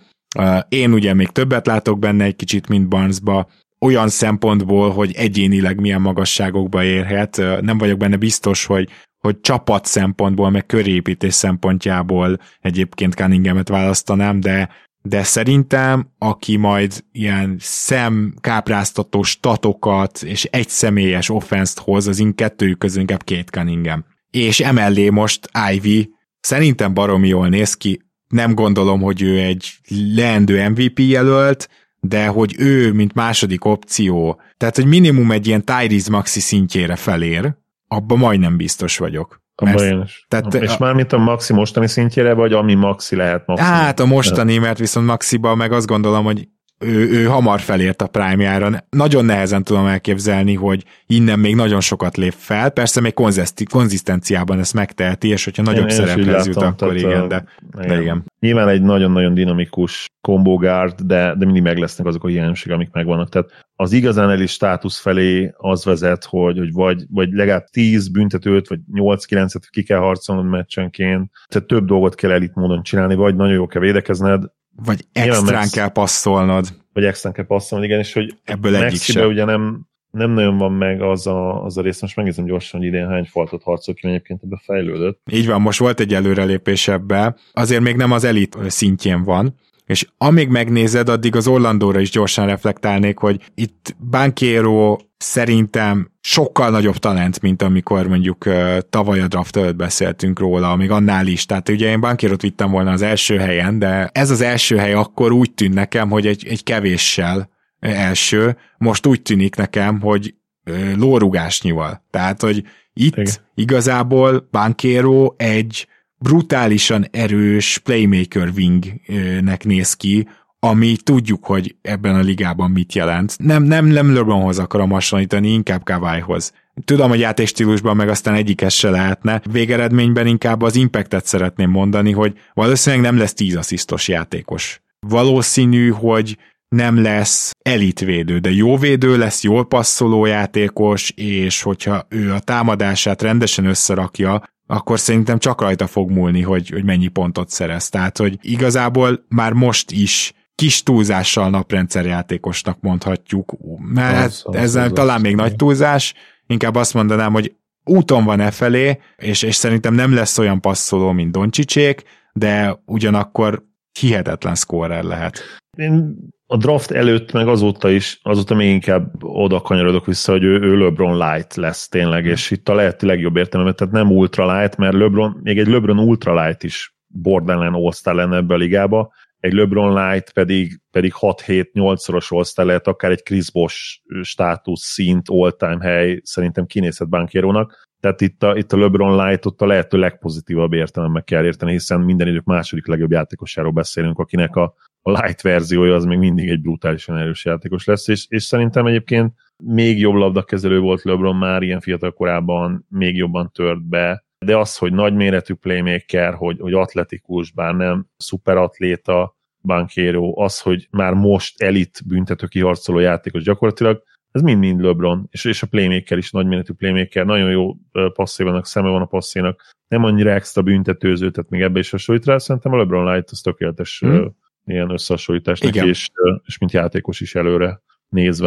Én ugye még többet látok benne egy kicsit, mint Barnesba, olyan szempontból, hogy egyénileg milyen magasságokba érhet. Nem vagyok benne biztos, hogy csapat szempontból, meg körépítés szempontjából egyébként Cunninghamet választanám, de szerintem, aki majd ilyen szemkápráztató statokat és egyszemélyes offenszt hoz, az kettőjük közül inkább Kate Cunningham. És emellé most Ivy szerintem baromi jól néz ki, nem gondolom, hogy ő egy leendő MVP jelölt, de hogy ő, mint második opció, tehát hogy minimum egy ilyen Tyrese Maxey szintjére felér, abban majdnem biztos vagyok. Tehát, és mármint a Maxi mostani szintjére, vagy ami Maxi lehet Maxi? Hát a mostani, mert viszont Maxiba meg azt gondolom, hogy ő hamar felért a prime-jára. Nagyon nehezen tudom elképzelni, hogy innen még nagyon sokat lép fel. Persze még konzisztenciában ezt megteheti, és hogyha nagyobb szerephez jut, akkor igen, de igen. Nyilván egy nagyon-nagyon dinamikus combo guard, de mindig meg lesznek azok a hiányosságok, amik megvannak. Tehát az igazán elit státusz felé az vezet, hogy vagy legalább 10 büntetőt, vagy 8-9-et ki kell harcolnod meccsenként. Tehát több dolgot kell elit módon csinálni, vagy nagyon jól kell védekezned, vagy extrán kell passzolnod. Vagy extrán kell passzolnod, igen, és hogy ebből egyik sem. Ugye nem nagyon van meg az a rész, most megnézem gyorsan, hogy idén hány faltot harcol ki, egyébként ebbe fejlődött. Így van, most volt egy előrelépés ebbe, azért még nem az elit szintjén van, és amíg megnézed, addig az Orlandóra is gyorsan reflektálnék, hogy itt Banchero szerintem sokkal nagyobb talent, mint amikor mondjuk tavaly a draft előtt beszéltünk róla, még annál is. Tehát ugye én Bancherot vittem volna az első helyen, de ez az első hely akkor úgy tűnt nekem, hogy egy kevéssel első, most úgy tűnik nekem, hogy lórugásnyival. Tehát, hogy itt igazából Banchero egy brutálisan erős playmaker wingnek néz ki, ami tudjuk, hogy ebben a ligában mit jelent. Nem LeBronhoz akarom hasonlítani, inkább Kawhihoz. Tudom, hogy játékstílusban meg aztán egyikes se lehetne. Végeredményben inkább az impactet szeretném mondani, hogy valószínűleg nem lesz 10 asszisztos játékos. Valószínű, hogy nem lesz elitvédő, de jó védő lesz, jól passzoló játékos, és hogyha ő a támadását rendesen összerakja, akkor szerintem csak rajta fog múlni, hogy mennyi pontot szerez. Tehát, hogy igazából már most is kis túlzással naprendszerjátékosnak mondhatjuk, mert ezzel talán még nagy túlzás, inkább azt mondanám, hogy úton van e felé, és szerintem nem lesz olyan passzoló, mint Doncsicsék, de ugyanakkor hihetetlen scorer lehet. Én a draft előtt, meg azóta még inkább oda kanyarodok vissza, hogy ő LeBron light lesz tényleg, és itt a lehető legjobb értelemben, tehát nem ultra light, mert még egy LeBron ultra light is borderline all-star lenne ebbe a ligába, egy LeBron light pedig 6-7-8-szoros all-star lehet, akár egy Chris Bosh státusz szint, all-time hely, szerintem kinézhet Bancherónak. Tehát itt a LeBron light-ot a lehető legpozitívabb értelemben kell érteni, hiszen minden idők második legjobb játékosáról beszélünk, akinek a light verziója az még mindig egy brutálisan erős játékos lesz, és szerintem egyébként még jobb labdakezelő volt LeBron már ilyen fiatal korában, még jobban tört be, de az, hogy nagyméretű playmaker, hogy atletikus, bár nem szuperatléta Banchero, az, hogy már most elit büntető kiharcoló játékos gyakorlatilag, ez mind-mind LeBron, és a playmaker is nagyméretű playmaker, nagyon jó passzévának, szeme van a passzénak, nem annyira extra büntetőző, tehát még ebbe is hasonlít rá, szerintem a LeBron Light az tökéletes ilyen összehasonlítás neki, és mint játékos is előre nézve.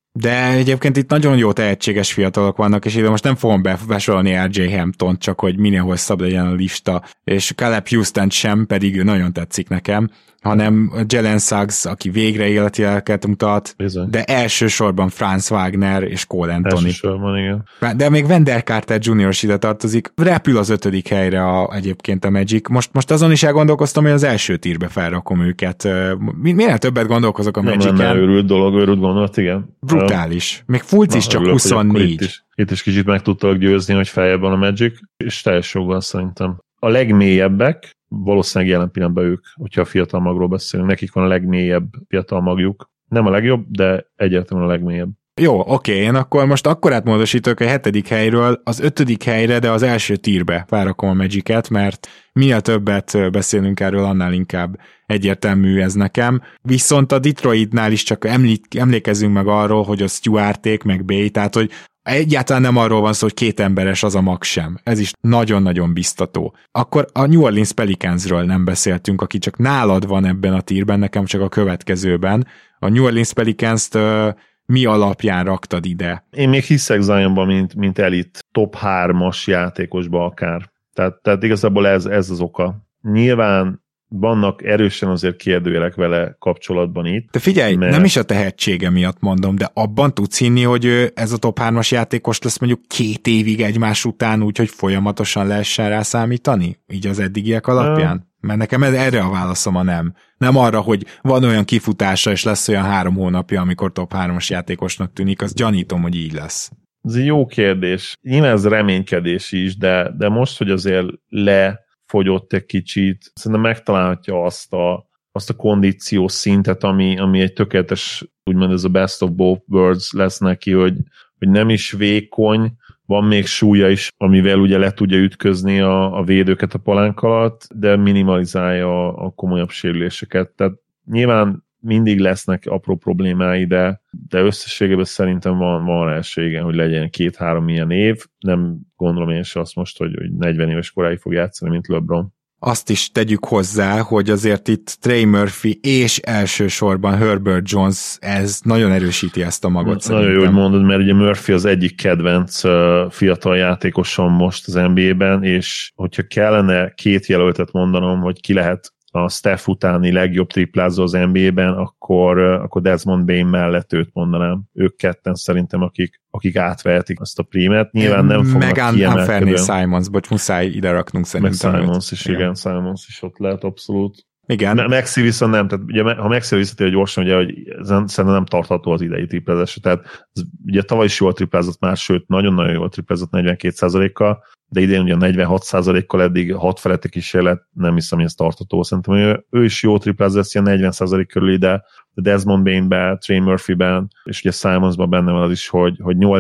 De egyébként itt nagyon jó tehetséges fiatalok vannak, és ide most nem fogom besorolni RJ Hampton, csak hogy minél hosszabb legyen a lista, és Caleb Houston sem, pedig ő nagyon tetszik nekem, hanem Jalen Suggs, aki végre életjeleket mutat, bizony. De elsősorban Franz Wagner és Cole Anthony. Elsősorban, igen. De még Wendell Carter Jr. is ide tartozik, repül az 5. helyre egyébként a Magic. Most azon is elgondolkoztam, hogy az első tírbe felrakom őket. Minél többet gondolkozok a Magicen. Nem őrült gondolat, igen. Brutális. Még Fultz is csak 24. Itt is kicsit meg tudtak győzni, hogy feljebb van a Magic, és teljes jogban szerintem. A legmélyebbek, valószínűleg jelen pillanatban ők, hogyha a fiatal magról beszélünk, nekik van a legmélyebb fiatal magjuk. Nem a legjobb, de egyáltalán a legmélyebb. Jó, oké, én akkor most akkorát módosítok a 7. helyről az 5. helyre, de az első tírbe felrakom a Magicet, mert minél többet beszélünk erről, annál inkább egyértelmű ez nekem. Viszont a Detroitnál is csak emlékezzünk meg arról, hogy a Stewarték, meg Bay, tehát hogy egyáltalán nem arról van szó, hogy 2 emberes az a mag sem. Ez is nagyon-nagyon biztató. Akkor a New Orleans Pelicansről nem beszéltünk, aki csak nálad van ebben a tírben, nekem csak a következőben. A New Orleans Pelicans-t mi alapján raktad ide? Én még hiszek Zionban, mint elit top 3-as játékosba akár. Tehát igazából ez az oka. Nyilván vannak erősen azért kérdőjelek vele kapcsolatban itt. De figyelj, nem is a tehetsége miatt mondom, de abban tudsz hinni, hogy ez a top 3-as játékos lesz mondjuk 2 évig egymás után, úgyhogy folyamatosan lehessen rá számítani? Így az eddigiek alapján? Mert nekem erre a válaszom a nem. Nem arra, hogy van olyan kifutása, és lesz olyan 3 hónapja, amikor top 3-as játékosnak tűnik, azt gyanítom, hogy így lesz. Ez egy jó kérdés. Nyilván ez reménykedés is, de most, hogy azért lefogyott egy kicsit, szerintem megtalálhatja azt a kondíciós szintet, ami egy tökéletes, úgymond ez a best of both worlds lesz neki, hogy nem is vékony, van még súlya is, amivel ugye le tudja ütközni a védőket a palánk alatt, de minimalizálja a komolyabb sérüléseket. Tehát nyilván mindig lesznek apró problémái, de összességében szerintem van rá esélye, hogy legyen 2-3 ilyen év. Nem gondolom én se azt most, hogy 40 éves koráig fog játszani, mint LeBron. Azt is tegyük hozzá, hogy azért itt Trey Murphy és elsősorban Herbert Jones, ez nagyon erősíti ezt a magot szerintem. Nagyon jó, hogy mondod, mert ugye Murphy az egyik kedvenc fiatal játékosom most az NBA-ben, és hogyha kellene 2 jelöltet mondanom, hogy ki lehet a Steph utáni legjobb triplázó az NBA-ben, akkor Desmond Bane mellett őt mondanám. Ők ketten szerintem, akik átvehetik azt a prímet. Nyilván nem fognak kiemelkedően. Meg Simons, muszáj ide raknunk szerintem. Meg Simons is, igen, Simons is ott lehet abszolút. Igen. Maxi viszont nem, tehát ugye, ha Maxi visszatér gyorsan, ugye, hogy szerintem nem tartható az idei triplázásra, tehát ugye tavaly is jól triplázott már, sőt, nagyon-nagyon jól triplázott 42%-kal, de idén ugye 46%-kal eddig 6 feletti kísérlet, nem hiszem, hogy ez tartható. Szerintem ő is jó triplázott, ilyen 40% körül ide, Desmond Bane-ben, Trey Murphy-ben, és ugye Simonsban benne van az is, hogy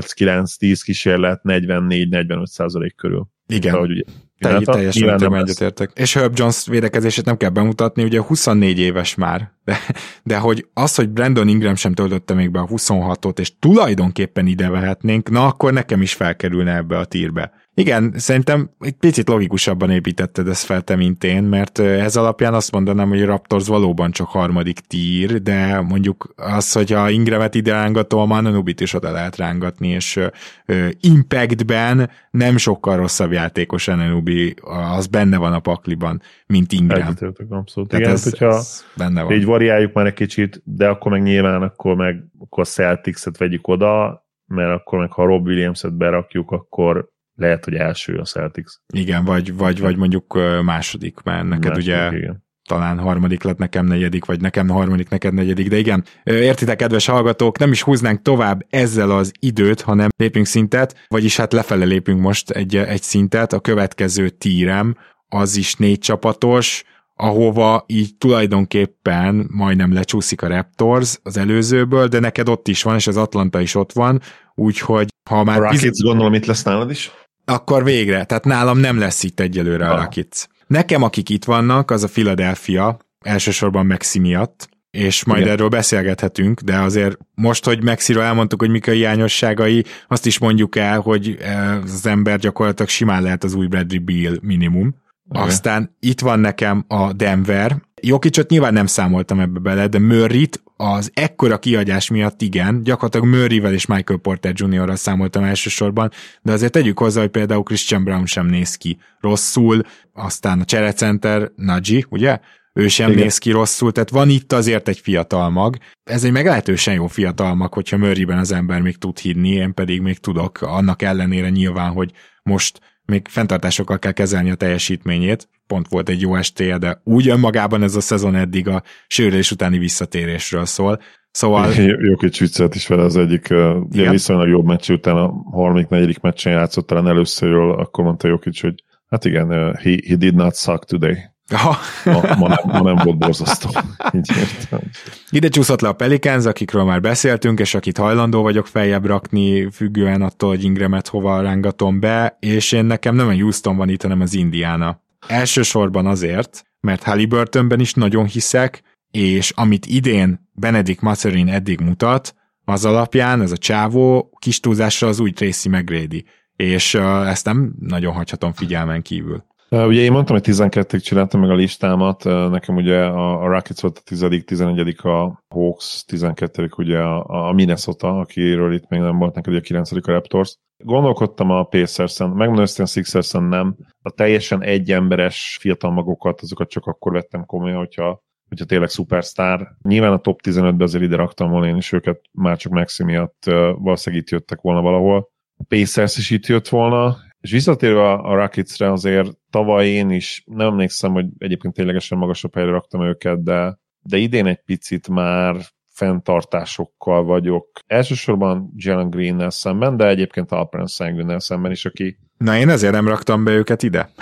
8-9-10 kísérlet 44-45% körül. Igen. Ahogy ugye teljesen egyetértek. És Herb Jones védekezését nem kell bemutatni, ugye 24 éves már, de hogy az, hogy Brandon Ingram sem töltötte még be a 26-ot, és tulajdonképpen ide vehetnénk, na akkor nekem is felkerülne ebbe a tírbe. Igen, szerintem egy picit logikusabban építetted ezt fel te, mint én, mert ez alapján azt mondanám, hogy a Raptors valóban csak 3. tír, de mondjuk az, hogyha Ingramet ide rángatom, a Anunobit is oda lehet rángatni, és Impactben nem sokkal rosszabb játékos Anunobi, az benne van a pakliban, mint Ingram. Egyetértek, abszolút. Tehát igen, ez hogyha benne van. Így variáljuk már egy kicsit, de akkor meg nyilván akkor a Celtics-et vegyük oda, mert akkor meg ha Rob Williams-et berakjuk, akkor lehet, hogy első a Celtics. Igen, vagy mondjuk második, mert neked ugye igen. Talán 3. lett, nekem 4., vagy nekem 3., neked 4., de igen. Értitek, kedves hallgatók, nem is húznánk tovább ezzel az időt, hanem lépünk szintet, vagyis hát lefele lépünk most egy szintet, a következő tírem, az is 4 csapatos, ahova így tulajdonképpen majdnem lecsúszik a Raptors az előzőből, de neked ott is van, és az Atlanta is ott van, úgyhogy ha már... A Rockets gondolom itt lesz nálad is? Akkor végre, tehát nálam nem lesz itt egyelőre a Rockets. Nekem, akik itt vannak, az a Philadelphia, elsősorban Maxi miatt, és majd erről beszélgethetünk, de azért most, hogy Maxiról elmondtuk, hogy mik a hiányosságai, azt is mondjuk el, hogy az ember gyakorlatilag simán lehet az új Bradley Beal minimum. Okay. Aztán itt van nekem a Denver. Jokicot nyilván nem számoltam ebbe bele, de Murrayt az ekkora kiadás miatt igen, gyakorlatilag Murrayvel és Michael Porter Jr.-ral számoltam elsősorban, de azért tegyük hozzá, hogy például Christian Braun sem néz ki rosszul, aztán a cserecenter Nagy, ugye? Ő sem néz ki rosszul, tehát van itt azért egy fiatal mag. Ez egy meglehetősen jó fiatal mag, hogyha Murrayben az ember még tud hinni, én pedig még tudok, annak ellenére nyilván, hogy most még fenntartásokkal kell kezelni a teljesítményét, pont volt egy jó estéje, de úgy önmagában ez a szezon eddig a sérülés utáni visszatérésről szól. Szóval... Jokic viccelt is vele az egyik viszonylag jobb meccs után, a 3.-4. meccsen játszott talán előszörről, akkor mondta Jokic, hogy hát igen, he did not suck today. Ma nem volt borzasztó. Ide csúszott le a Pelicans, akikről már beszéltünk, és akit hajlandó vagyok feljebb rakni, függően attól, hogy Ingramet hova rángatom be, és nekem nem a Houston van itt, hanem az Indiana. Elsősorban azért, mert Haliburtonben is nagyon hiszek, és amit idén Benedict Mathurin eddig mutat, az alapján ez a csávó kis túlzásra az új Tracy McGrady, és ezt nem nagyon hagyhatom figyelmen kívül. Ugye én mondtam, hogy 12-ig csináltam meg a listámat, nekem ugye a Rockets volt a 10., 11. a Hawks, 12. ugye a Minnesota, akiről itt még nem volt, neked ugye a 9. a Raptors. Gondolkodtam a Pacers-en, megmondom ezt, a Sixers-en nem. A teljesen egyemberes fiatal magokat, azokat csak akkor vettem komolyan, hogyha tényleg szupersztár. Nyilván a top 15-be azért ide raktam volna én is őket, már csak Maxi miatt valószínűleg itt jöttek volna valahol. A Pacers is itt jött volna, és visszatérve a Rocketsre azért tavaly én is, nem emlékszem, hogy egyébként ténylegesen magasabb helyre raktam őket, de idén egy picit már fenntartásokkal vagyok. Elsősorban Jalen Greennel szemben, de egyébként Alperen Sengunnel szemben is, aki... Na én ezért nem raktam be őket ide.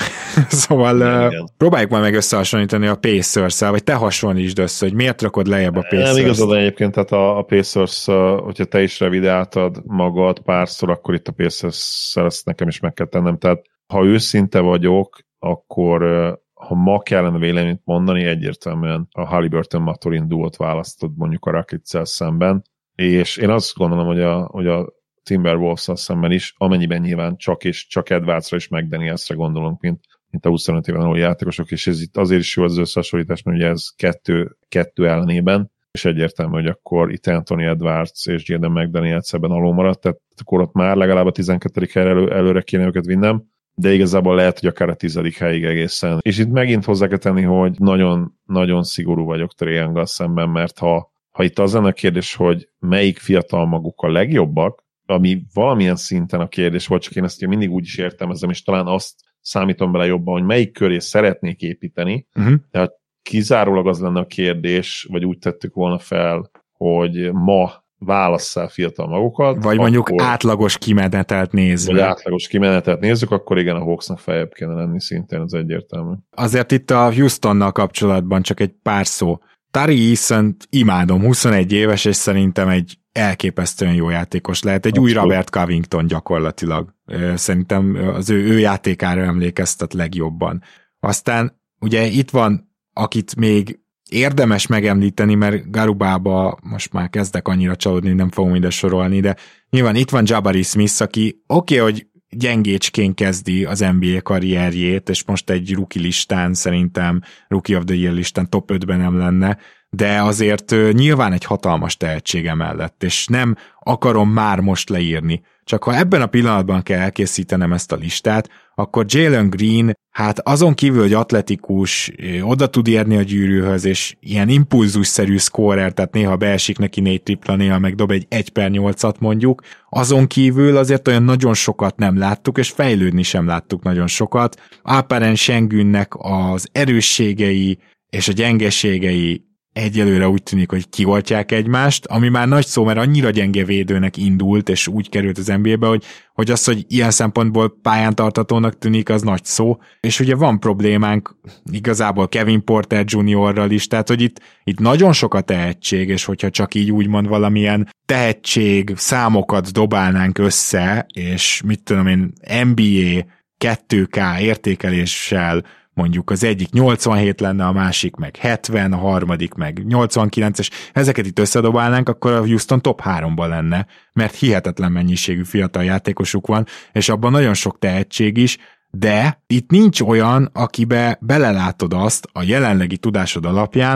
Szóval próbáljuk már meg összehasonlítani a Pacers-szel, vagy te hasonlítsd össze, hogy miért rakod lejjebb a Pacers-t. Nem igazad egyébként, tehát a Pacers, hogyha te is revidáltad magad párszor, akkor itt a Pacers-szel ezt nekem is meg kell tennem. Tehát ha őszinte vagyok, akkor ha ma kellene véleményt mondani, egyértelműen a Haliburton-Mathurin duót választod mondjuk a Rockets-szel szemben, és én azt gondolom, hogy a Timberwolves-szal szemben is, amennyiben nyilván csak Edwardsra és McDanielsre gondolunk, mint a 25 éven aluli játékosok, és ez itt azért is jó az összehasonlítás, mert ugye ez kettő ellenében, és egyértelmű, hogy akkor itt Anthony Edwards és Jaden McDaniels ebben alul maradt, tehát akkor ott már legalább a 12. helyre előre kéne őket vinnem, de igazából lehet, hogy akár a 10. helyig egészen. És itt megint hozzá kell tenni, hogy nagyon, nagyon szigorú vagyok Trae Younggal szemben, mert ha itt az lenne a kérdés, hogy melyik fiatal maguk a legjobbak, ami valamilyen szinten a kérdés volt, csak én ezt mindig úgy is értelmezem, és talán azt számítom bele jobban, hogy melyik köré szeretnék építeni, tehát kizárólag az lenne a kérdés, vagy úgy tettük volna fel, hogy ma válasszál fiatal magukat. Vagy mondjuk átlagos kimenetelt nézve. Vagy átlagos kimenetelt nézzük, akkor igen, a Hawksnak feljebb kéne lenni szintén, ez egyértelmű. Azért itt a Houstonnal kapcsolatban csak egy pár szó. Tari Easont imádom, 21 éves, és szerintem egy elképesztően jó játékos lehet. Egy új Robert Covington gyakorlatilag. Szerintem az ő játékára emlékeztet legjobban. Aztán ugye itt van, akit még érdemes megemlíteni, mert Garubába most már kezdek annyira csalódni, nem fogom ide sorolni, de nyilván itt van Jabari Smith, aki oké, hogy gyengécskén kezdi az NBA karrierjét, és most egy rookie listán, szerintem Rookie of the Year listán top 5-ben nem lenne, de azért nyilván egy hatalmas tehetsége mellett, és nem akarom már most leírni. Csak ha ebben a pillanatban kell elkészítenem ezt a listát, akkor Jalen Green, hát azon kívül, hogy atletikus, oda tud érni a gyűrűhöz, és ilyen impulzusszerű scorer, tehát néha beesik neki 4 tripla, néha megdob egy 1/8-at mondjuk, azon kívül azért olyan nagyon sokat nem láttuk, és fejlődni sem láttuk nagyon sokat. Alperen Sengunnek az erősségei és a gyengeségei egyelőre úgy tűnik, hogy kioltják egymást, ami már nagy szó, mert annyira gyenge védőnek indult, és úgy került az NBA-be, hogy az, hogy ilyen szempontból pályán tartatónak tűnik, az nagy szó. És ugye van problémánk igazából Kevin Porter Jr.-ral is, tehát hogy itt nagyon sok a tehetség, és hogyha csak így úgymond valamilyen tehetség számokat dobálnánk össze, és mit tudom én, NBA 2K értékeléssel mondjuk az egyik 87 lenne, a másik meg 70, a harmadik meg 89-es, ezeket itt összedobálnánk, akkor a Houston top 3-ban lenne, mert hihetetlen mennyiségű fiatal játékosuk van, és abban nagyon sok tehetség is, de itt nincs olyan, akibe belelátod azt a jelenlegi tudásod alapján,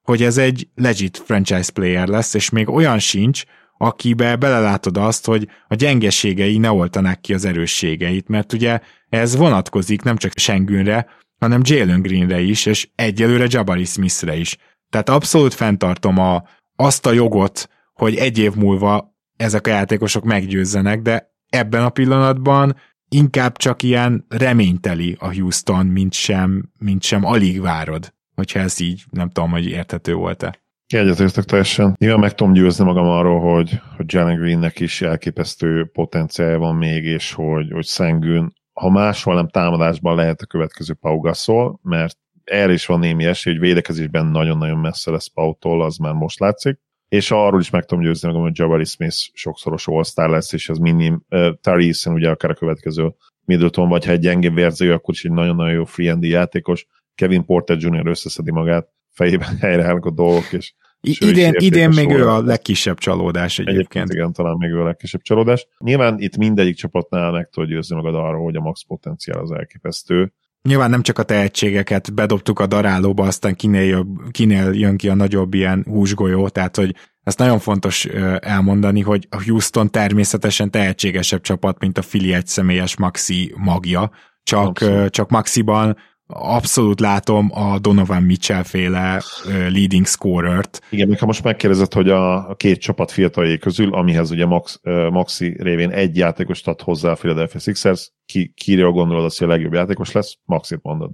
hogy ez egy legit franchise player lesz, és még olyan sincs, akibe belelátod azt, hogy a gyengeségei ne oltanák ki az erősségeit, mert ugye ez vonatkozik nem csak Sengunre, hanem Jalen Greenre is, és egyelőre Jabari Smithre is. Tehát abszolút fenntartom azt a jogot, hogy egy év múlva ezek a játékosok meggyőzzenek, de ebben a pillanatban inkább csak ilyen reményteli a Houston, mint sem alig várod, hogyha ez így nem tudom, hogy érthető volt-e. Egyetértek teljesen. Nyilván meg tudom győzni magam arról, hogy Jalen Greennek is elképesztő potenciálja van még, és hogy Sengun, ha máshol nem támadásban lehet a következő Pau Gasol, mert erre is van némi esély, hogy védekezésben nagyon-nagyon messze lesz Pautól, az már most látszik. És arról is meg tudom győzni magam, hogy Jabari Smith sokszoros All-Star lesz, és az Tari Eason ugye akár a következő Middleton, vagy ha egy gyengébb verzió, akkor is egy nagyon-nagyon jó free and játékos. Kevin Porter Jr. összeszedi magát, fejében helyreállnak a dolgok, és idén még ő a legkisebb csalódás egyébként. Igen, talán még ő a legkisebb csalódás. Nyilván itt mindegyik csapatnál meg tudod győzni magad arról, hogy a max potenciál az elképesztő. Nyilván nem csak a tehetségeket bedobtuk a darálóba, aztán kinél jön ki a nagyobb ilyen húsgolyó, tehát hogy ezt nagyon fontos elmondani, hogy a Houston természetesen tehetségesebb csapat, mint a Philly egyszemélyes Maxi magja, csak Maxiban abszolút látom a Donovan Mitchell féle leading scorert. Igen, még ha most megkérdezed, hogy a két csapat fiataljai közül, amihez ugye Maxi révén egy játékost ad hozzá a Philadelphia Sixers, kiről gondolod azt, hogy a legjobb játékos lesz? Maxit mondod.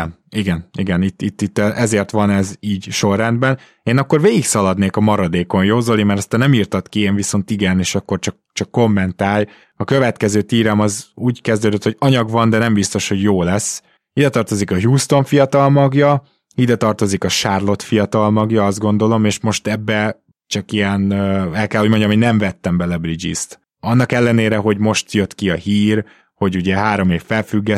Igen, itt ezért van ez így sorrendben. Én akkor végig szaladnék a maradékon, jó Zoli, mert ezt te nem írtad ki, én viszont igen, és akkor csak kommentálj. A következő tírem az úgy kezdődött, hogy anyag van, de nem biztos, hogy jó lesz. Ide tartozik a Houston fiatal magja, ide tartozik a Charlotte fiatal magja, azt gondolom, és most ebbe csak ilyen, el kell, hogy mondjam, hogy nem vettem bele Bridges-t. Annak ellenére, hogy most jött ki a hír, hogy ugye 3 év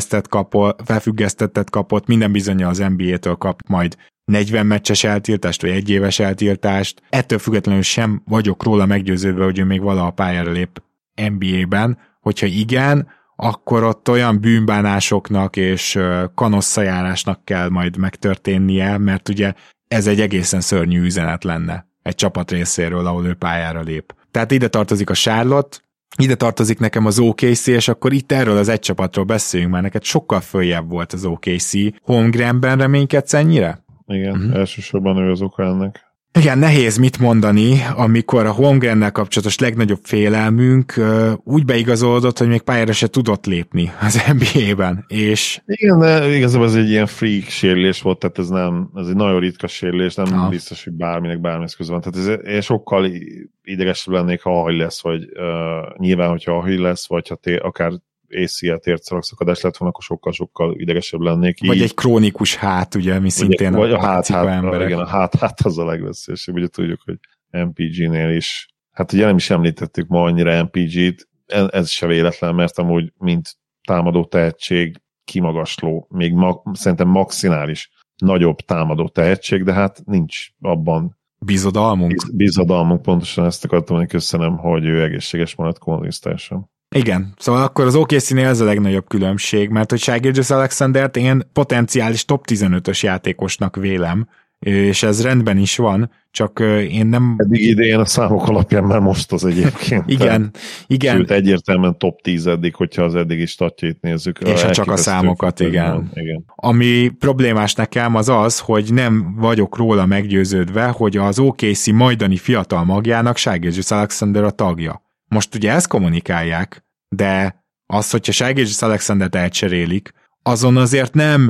felfüggesztettet kapott, minden bizonnyal az NBA-től kap majd 40 meccses eltiltást, vagy 1 éves eltiltást. Ettől függetlenül sem vagyok róla meggyőződve, hogy ő még valaha pályára lép NBA-ben. Hogyha igen, akkor ott olyan bűnbánásoknak és kanosszajárásnak kell majd megtörténnie, mert ugye ez egy egészen szörnyű üzenet lenne egy csapat részéről, ahol ő pályára lép. Tehát ide tartozik a Charlotte, ide tartozik nekem az OKC, és akkor itt erről az egy csapatról beszéljünk, mert neked sokkal följebb volt az OKC. Holmgrenben reménykedsz ennyire? Igen, elsősorban ő az oka ennek. Igen, nehéz mit mondani, amikor a Holmgrennel kapcsolatos legnagyobb félelmünk úgy beigazolódott, hogy még pályára se tudott lépni az NBA-ben, és... Igen, de igazából ez egy ilyen freak sérülés volt, tehát ez egy nagyon ritka sérülés, nem biztos, hogy bárminek bármi köze van. Tehát én sokkal idegesebb lennék, ha ahely lesz, vagy nyilván, hogyha ahely lesz, vagy ha akár ACL térszalagszakadás lett volna, akkor sokkal idegesebb lennék. Vagy egy krónikus hát, ugye, mi szintén vagy a hát, igen, a hát az a legveszélyesebb, ugye tudjuk, hogy MPG-nél is, hát ugye nem is említettük ma annyira MPG-t, ez se véletlen, mert amúgy mint támadó tehetség kimagasló, még szerintem maximális nagyobb támadó tehetség, de hát nincs abban bizodalmunk, pontosan ezt akartam, hogy köszönöm, hogy ő egészséges maradt konzisztensen. Igen, szóval akkor az OKC-nél ez a legnagyobb különbség, mert hogy Shai Gilgeous-Alexandert én potenciális top 15-ös játékosnak vélem, és ez rendben is van, csak én nem... Eddig idén a számok alapján már most az egyébként. Igen. Sőt, egyértelműen top 10 eddig, hogyha az eddigi statjait nézzük. És ha csak a számokat, igen. Ami problémás nekem az, hogy nem vagyok róla meggyőződve, hogy az OKC majdani fiatal magjának Shai Gilgeous-Alexander a tagja. Most ugye ezt kommunikálják, de az, hogyha Shai Gilgeous-Alexandert elcserélik, azon azért nem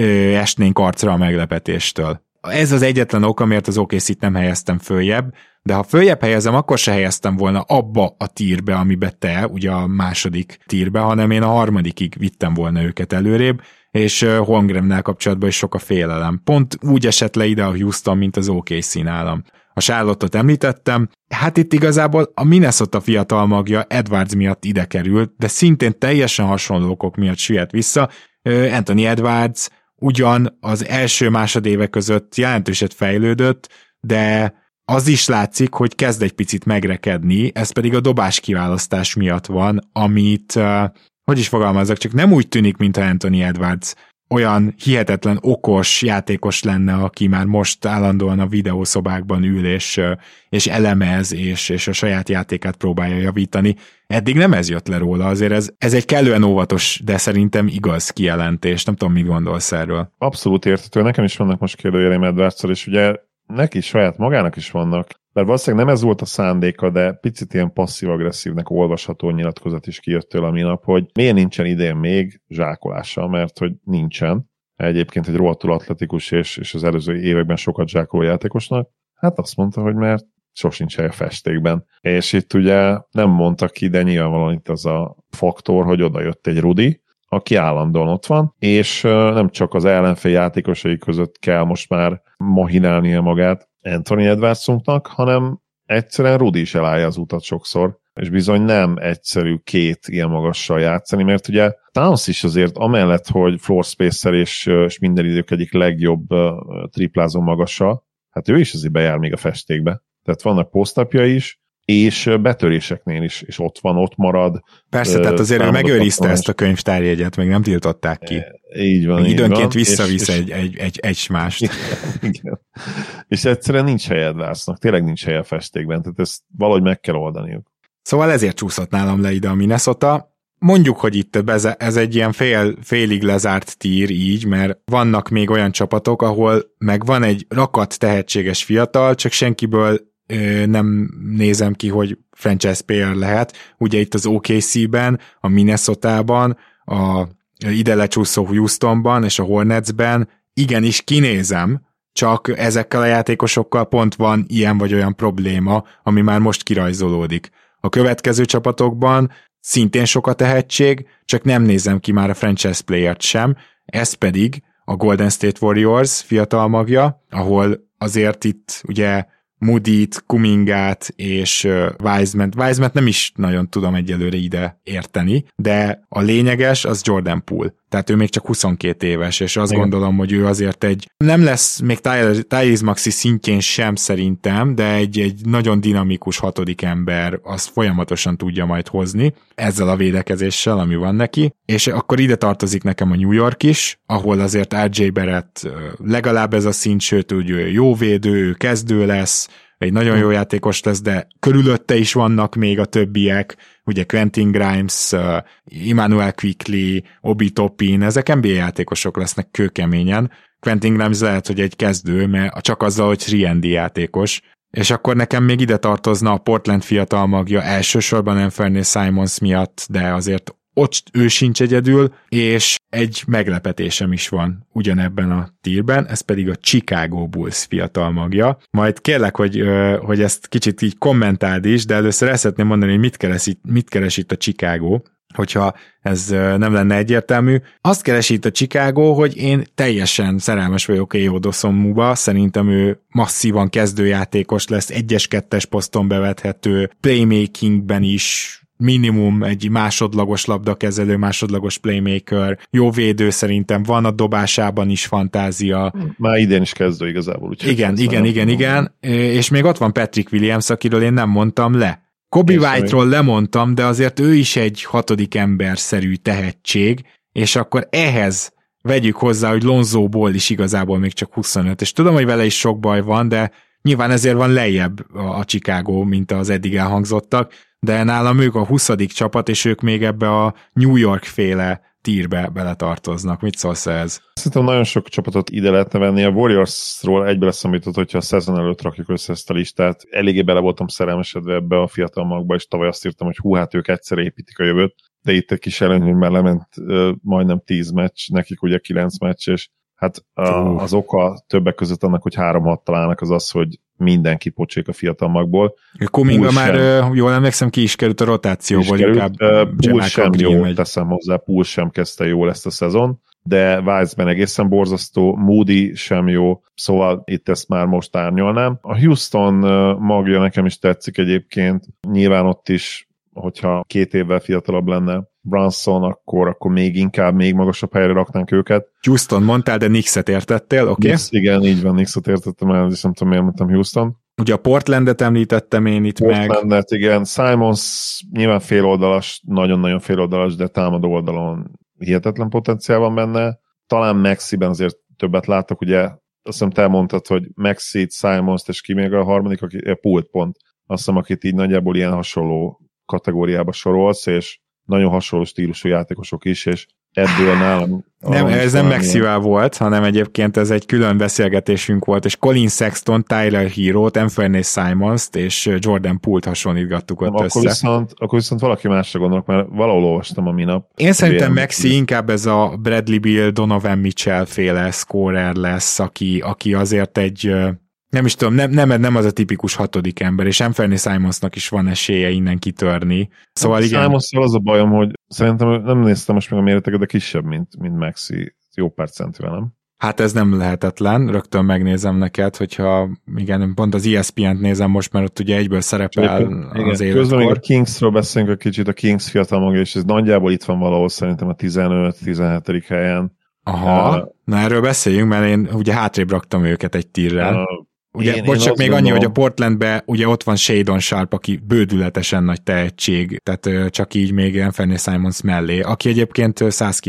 esnénk arcra a meglepetéstől. Ez az egyetlen ok, amiért az OKC-t nem helyeztem följebb, de ha följebb helyezem, akkor se helyeztem volna abba a tírbe, amibe te, ugye a második tírbe, hanem én a harmadikig vittem volna őket előrébb, és Holmgrennel kapcsolatban is sok a félelem. Pont úgy esett le ide a Houston, mint az OKC nálam. A Charlotte-ot említettem, hát itt igazából a Minnesota fiatal magja Edwards miatt ide került, de szintén teljesen hasonló okok miatt süllyedt vissza. Anthony Edwards ugyan az első másodévek között jelentőset fejlődött, de az is látszik, hogy kezd egy picit megrekedni, ez pedig a dobás kiválasztás miatt van, amit, hogy is fogalmazzak, csak nem úgy tűnik, mintha Anthony Edwards olyan hihetetlen okos játékos lenne, aki már most állandóan a videószobákban ül, és elemez, és a saját játékát próbálja javítani. Eddig nem ez jött le róla, azért ez egy kellően óvatos, de szerintem igaz kijelentés. Nem tudom, mit gondolsz erről. Abszolút érthető. Nekem is vannak most kérdőjeleim Edwardsszal, és ugye neki saját magának is vannak, mert valószínűleg nem ez volt a szándéka, de picit ilyen passzív-agresszívnek olvasható nyilatkozat is kijött tőle a minap, hogy miért nincsen idén még zsákolása, mert hogy nincsen. Egyébként egy rohadtul atletikus és az előző években sokat zsákoló játékosnak. Hát azt mondta, hogy mert sosincs hely a festékben. És itt ugye nem mondta ki, de nyilvánvalóan itt az a faktor, hogy oda jött egy Rudi, aki állandóan ott van, és nem csak az ellenfél játékosai között kell most már mahinálnia magát Anthony Edwardsunknak, hanem egyszerűen Rudi is elállja az utat sokszor, és bizony nem egyszerű két ilyen magassal játszani, mert ugye Towns is azért amellett, hogy floor spacer és minden idők egyik legjobb triplázó magassa, hát ő is azért bejár még a festékbe. Tehát vannak posztapja is, és betöréseknél is ott van, ott marad. Persze, tehát azért ő megőrizte ezt a könyvtárjegyet, meg nem tiltották ki. Így van, így időnként van. Visszavisz egy smást. Igen. És egyszerűen nincs helye Edwardsnak, tényleg nincs helye a festékben, tehát ezt valahogy meg kell oldaniuk. Szóval ezért csúszott nálam le ide a Minnesota. Mondjuk, hogy itt ez egy ilyen félig lezárt tír így, mert vannak még olyan csapatok, ahol meg van egy rakat tehetséges fiatal, csak senkiből nem nézem ki, hogy franchise player lehet. Ugye itt az OKC-ben, a Minnesota-ban, a ide lecsúszó Houstonban és a Hornetsben igenis kinézem, csak ezekkel a játékosokkal pont van ilyen vagy olyan probléma, ami már most kirajzolódik. A következő csapatokban szintén sok a tehetség, csak nem nézem ki már a franchise playert sem, ez pedig a Golden State Warriors fiatal magja, ahol azért itt ugye Moody-t, Kumingát és Wiseman nem is nagyon tudom egyelőre ide érteni, de a lényeges az Jordan Poole. Tehát ő még csak 22 éves, és azt gondolom, hogy ő azért nem lesz még Tyrese Maxey szintjén sem szerintem, de egy nagyon dinamikus hatodik ember, azt folyamatosan tudja majd hozni ezzel a védekezéssel, ami van neki, és akkor ide tartozik nekem a New York is, ahol azért RJ Barrett legalább ez a szint, sőt, úgy jó védő, ő kezdő lesz, egy nagyon jó játékos lesz, de körülötte is vannak még a többiek, ugye Quentin Grimes, Immanuel Quickley, Obi Toppin, ezek NBA játékosok lesznek kőkeményen. Quentin Grimes lehet, hogy egy kezdő, mert csak azzal, hogy 3&D játékos, és akkor nekem még ide tartozna a Portland fiatal magja, elsősorban Anthony Simons miatt, de azért ott ő sincs egyedül, és egy meglepetésem is van ugyanebben a tírben, ez pedig a Chicago Bulls fiatal magja. Majd kérlek, hogy ezt kicsit így kommentáld is, de először ezt szeretném mondani, hogy mit keres itt a Chicago, hogyha ez nem lenne egyértelmű. Azt keresi itt a Chicago, hogy én teljesen szerelmes vagyok Ayo Dosunmuba, szerintem ő masszívan kezdőjátékos lesz, 1-2-es poszton bevethető, playmakingben is minimum egy másodlagos labdakezelő, másodlagos playmaker, jó védő szerintem, van a dobásában is fantázia. Már idén is kezdő igazából. Igen, és még ott van Patrick Williams, akiről én nem mondtam le. Kobe White-ról lemondtam, de azért ő is egy hatodik emberszerű tehetség, és akkor ehhez vegyük hozzá, hogy Lonzo Ball is igazából még csak 25, és tudom, hogy vele is sok baj van, de nyilván ezért van lejjebb a Chicago, mint az eddig elhangzottak, de nálam ők a 20. csapat, és ők még ebbe a New York féle tírbe beletartoznak. Mit szólsz ez? Szerintem nagyon sok csapatot ide lehetne venni. A Warriorsról egybe leszemlított, hogyha a szezon előtt rakjuk össze ezt a listát. Eléggé bele voltam szerelmesedve ebbe a fiatal magba, és tavaly azt írtam, hogy hát ők egyszer építik a jövőt, de itt egy kis előny, hogy már lement majdnem 10 meccs, nekik ugye 9 meccs, és hát az oka többek között annak, hogy 3-6 találnak, az, hogy mindenki pocsék a fiatal magból. Kuminga már, jól emlékszem, ki is került a rotációból. Poole sem jó, teszem hozzá, Poole sem kezdte jól ezt a szezon, de Wiseman egészen borzasztó, Moody sem jó, szóval itt ezt már most árnyolnám. A Houston magja nekem is tetszik egyébként, nyilván ott is, hogyha 2 évvel fiatalabb lenne Brunson, akkor még magasabb helyre raknánk őket. Houston mondtál, de Knicks-et értettél, oké? Okay? Igen, így van, Knicks-et értettem el, és nem tudom, miért mondtam Houston. Ugye a Portlandet említettem én itt Portlandet, igen. Simons nyilván féloldalas, nagyon-nagyon féloldalas, de támadó oldalon hihetetlen potenciál van benne. talán Maxiben azért többet látok, ugye azt hiszem te mondtad, hogy Maxit, Simons-t és ki még a harmadik, aki Pult pont, azt hiszem, akit így nagyjából ilyen hasonló kategóriába sorolsz, és nagyon hasonló stílusú játékosok is, és ebből nálam... Nem, ez nem Maxivel volt, hanem egyébként ez egy külön beszélgetésünk volt, és Colin Sexton, Tyler Hero-t, Anthony Simons-t és Jordan Poole-t hasonlítgattuk ott össze. Akkor viszont valaki másra gondolok, mert valahol olvastam a minap. Én szerintem Maxi inkább ez a Bradley Beal, Donovan Mitchell féle scorer lesz, aki azért egy... Nem is tudom, nem az a tipikus hatodik ember, és Anthony Simonsnak is van esélye innen kitörni. Szóval igen. Simonsszal az a bajom, hogy szerintem nem néztem most meg a méreteket, de kisebb, mint Maxi. Jó pár centivel, nem? Hát ez nem lehetetlen, rögtön megnézem neked, hogyha igen, pont az ESPN-t nézem most, mert ott ugye egyből szerepel az életkor. Közben még a Kingsről beszélünk egy kicsit, a Kings fiatal magja, és ez nagyjából itt van valahol szerintem a 15-17. helyen. Aha, na erről beszéljünk, mert én ugye hátrébb raktam őket egy tírrel. Ugye, csak még annyi, hogy a Portlandben ugye ott van Shadon Sharp, aki bődületesen nagy tehetség, tehát csak így még Anthony Simons mellé, aki egyébként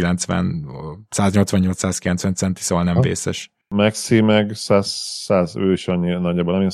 188-190 centi, szóval nem vészes. Maxi meg 100 ő is annyi nagyjából, nem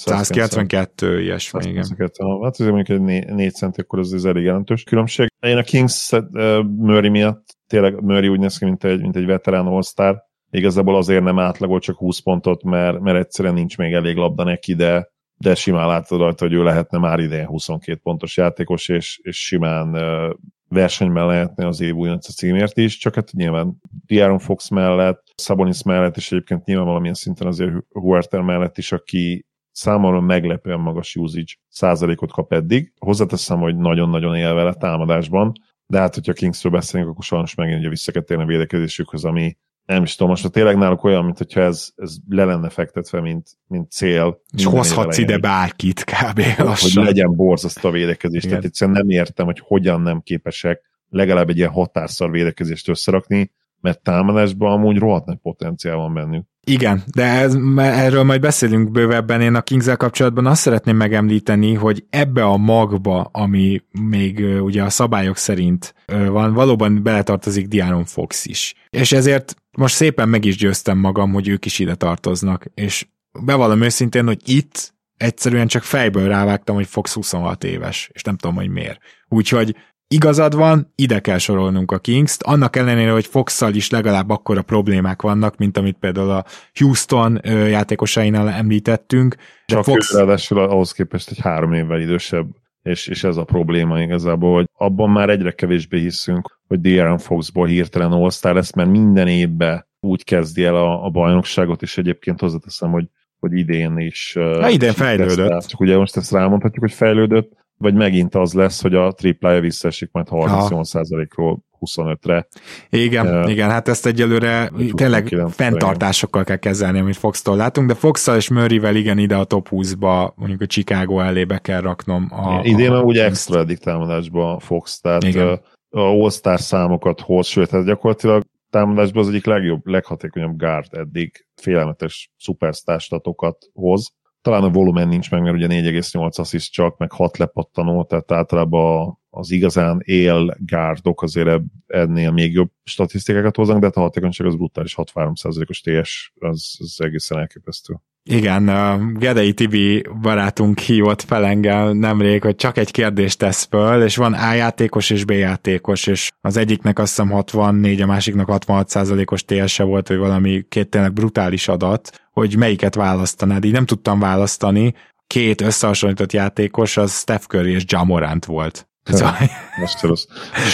192 ilyesmi, igen. Hát azért mondjuk egy 4 centi, akkor az elég jelentős különbség. Én a Kings Murray miatt, tényleg Murray úgy néz ki, mint egy veterán all-star, igazából azért nem átlagol csak 20 pontot, mert egyszerűen nincs még elég labda neki, de simán látod rajta, hogy ő lehetne már idén 22 pontos játékos, és simán versenyben lehetne az év újonc a címért is, csak hát nyilván De'Aaron Fox mellett, Sabonis mellett, és egyébként nyilván valamilyen szinten azért Huerter mellett is, aki számomra meglepően magas usage százalékot kap eddig. Hozzáteszem, hogy nagyon-nagyon él vele támadásban, de hát, hogyha Kingsről beszélünk, akkor sajnos megint ugye vissza kell térni a védekezésükhöz, ami nem is tudom, most tényleg náluk olyan, mint hogyha ez le lenne fektetve, mint cél. És hozhatsz ide bárkit kb. Hogy legyen borzasztó a védekezés. Igen. Tehát egyszerűen nem értem, hogy hogyan nem képesek legalább egy ilyen határszar védekezést összerakni, mert támadásban amúgy rohadt nagy potenciál van bennük. Igen, de erről majd beszélünk bővebben. Én a Kings-el kapcsolatban azt szeretném megemlíteni, hogy ebbe a magba, ami még ugye a szabályok szerint van, valóban beletartozik De'Aaron Fox is. És ezért most szépen meg is győztem magam, hogy ők is ide tartoznak, és bevallom őszintén, hogy itt egyszerűen csak fejből rávágtam, hogy Fox 26 éves, és nem tudom, hogy miért. Úgyhogy igazad van, ide kell sorolnunk a Kings-t, annak ellenére, hogy Fox-szal is legalább akkora problémák vannak, mint amit például a Houston játékosainál említettünk. Csak Fox... ráadásul ahhoz képest egy 3 évvel idősebb, és ez a probléma igazából, hogy abban már egyre kevésbé hiszünk, hogy De'Aaron Foxból hirtelen all-star lesz, mert minden évben úgy kezdi el a bajnokságot, és egyébként hozzáteszem, hogy idén is... idén fejlődött. Csak ugye most ezt rámondhatjuk, hogy fejlődött, vagy megint az lesz, hogy a triplája visszaesik majd 38%-ról 25-re. Igen, hát ezt egyelőre tényleg fenntartásokkal kell kezelni, amit Fox-tól látunk, de Fox-szal és Murrayvel igen ide a top 20-ba, mondjuk a Chicago elébe kell raknom. Idén ugye extra eddig támadásba Fox, tehát a all-star számokat hoz, sőt, tehát gyakorlatilag támadásban az egyik leghatékonyabb guard eddig, félelmetes szupersztár statokat hoz. Talán a volumen nincs meg, mert ugye 4,8 assziszt csak, meg 6 lepattanó, tehát általában az igazán él gárdok azért ennél még jobb statisztikákat hoznak, de a hatékonyság az brutális, 63%-os TS, az egészen elképesztő. Igen, Gedei Tibi barátunk hívott fel engem nemrég, hogy csak egy kérdést tesz föl, és van A játékos és B játékos, és az egyiknek azt hiszem 64, a másiknak 66%-os TS-e volt, vagy valami két tényleg brutális adat, hogy melyiket választanád. Így nem tudtam választani. 2 összehasonlított játékos, az Steph Curry és Ja Morant volt. Most rossz.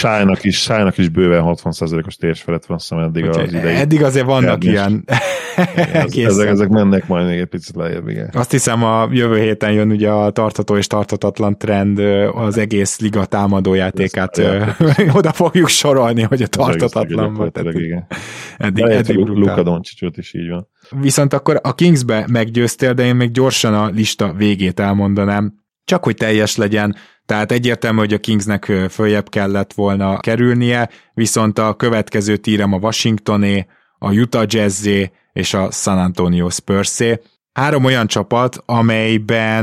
Sájnak is bőven 60%-os TS felett van, azt hiszem eddig az idei. Eddig azért vannak ilyen. Ezek mennek majd még egy picit lejjebb, igen. Azt hiszem a jövő héten jön ugye a tartható és tarthatatlan trend, az egész liga támadójátékát oda fogjuk sorolni, hogy a tarthatatlan volt. Eddig Luka Doncsicsot is így van. Viszont akkor a Kingsbe meggyőztél, de én még gyorsan a lista végét elmondanám, csak hogy teljes legyen. Tehát egyértelmű, hogy a Kingsnek följebb kellett volna kerülnie, viszont a következő tírem a Washingtoné, a Utah Jazzé és a San Antonio Spursé. 3 olyan csapat, amelyben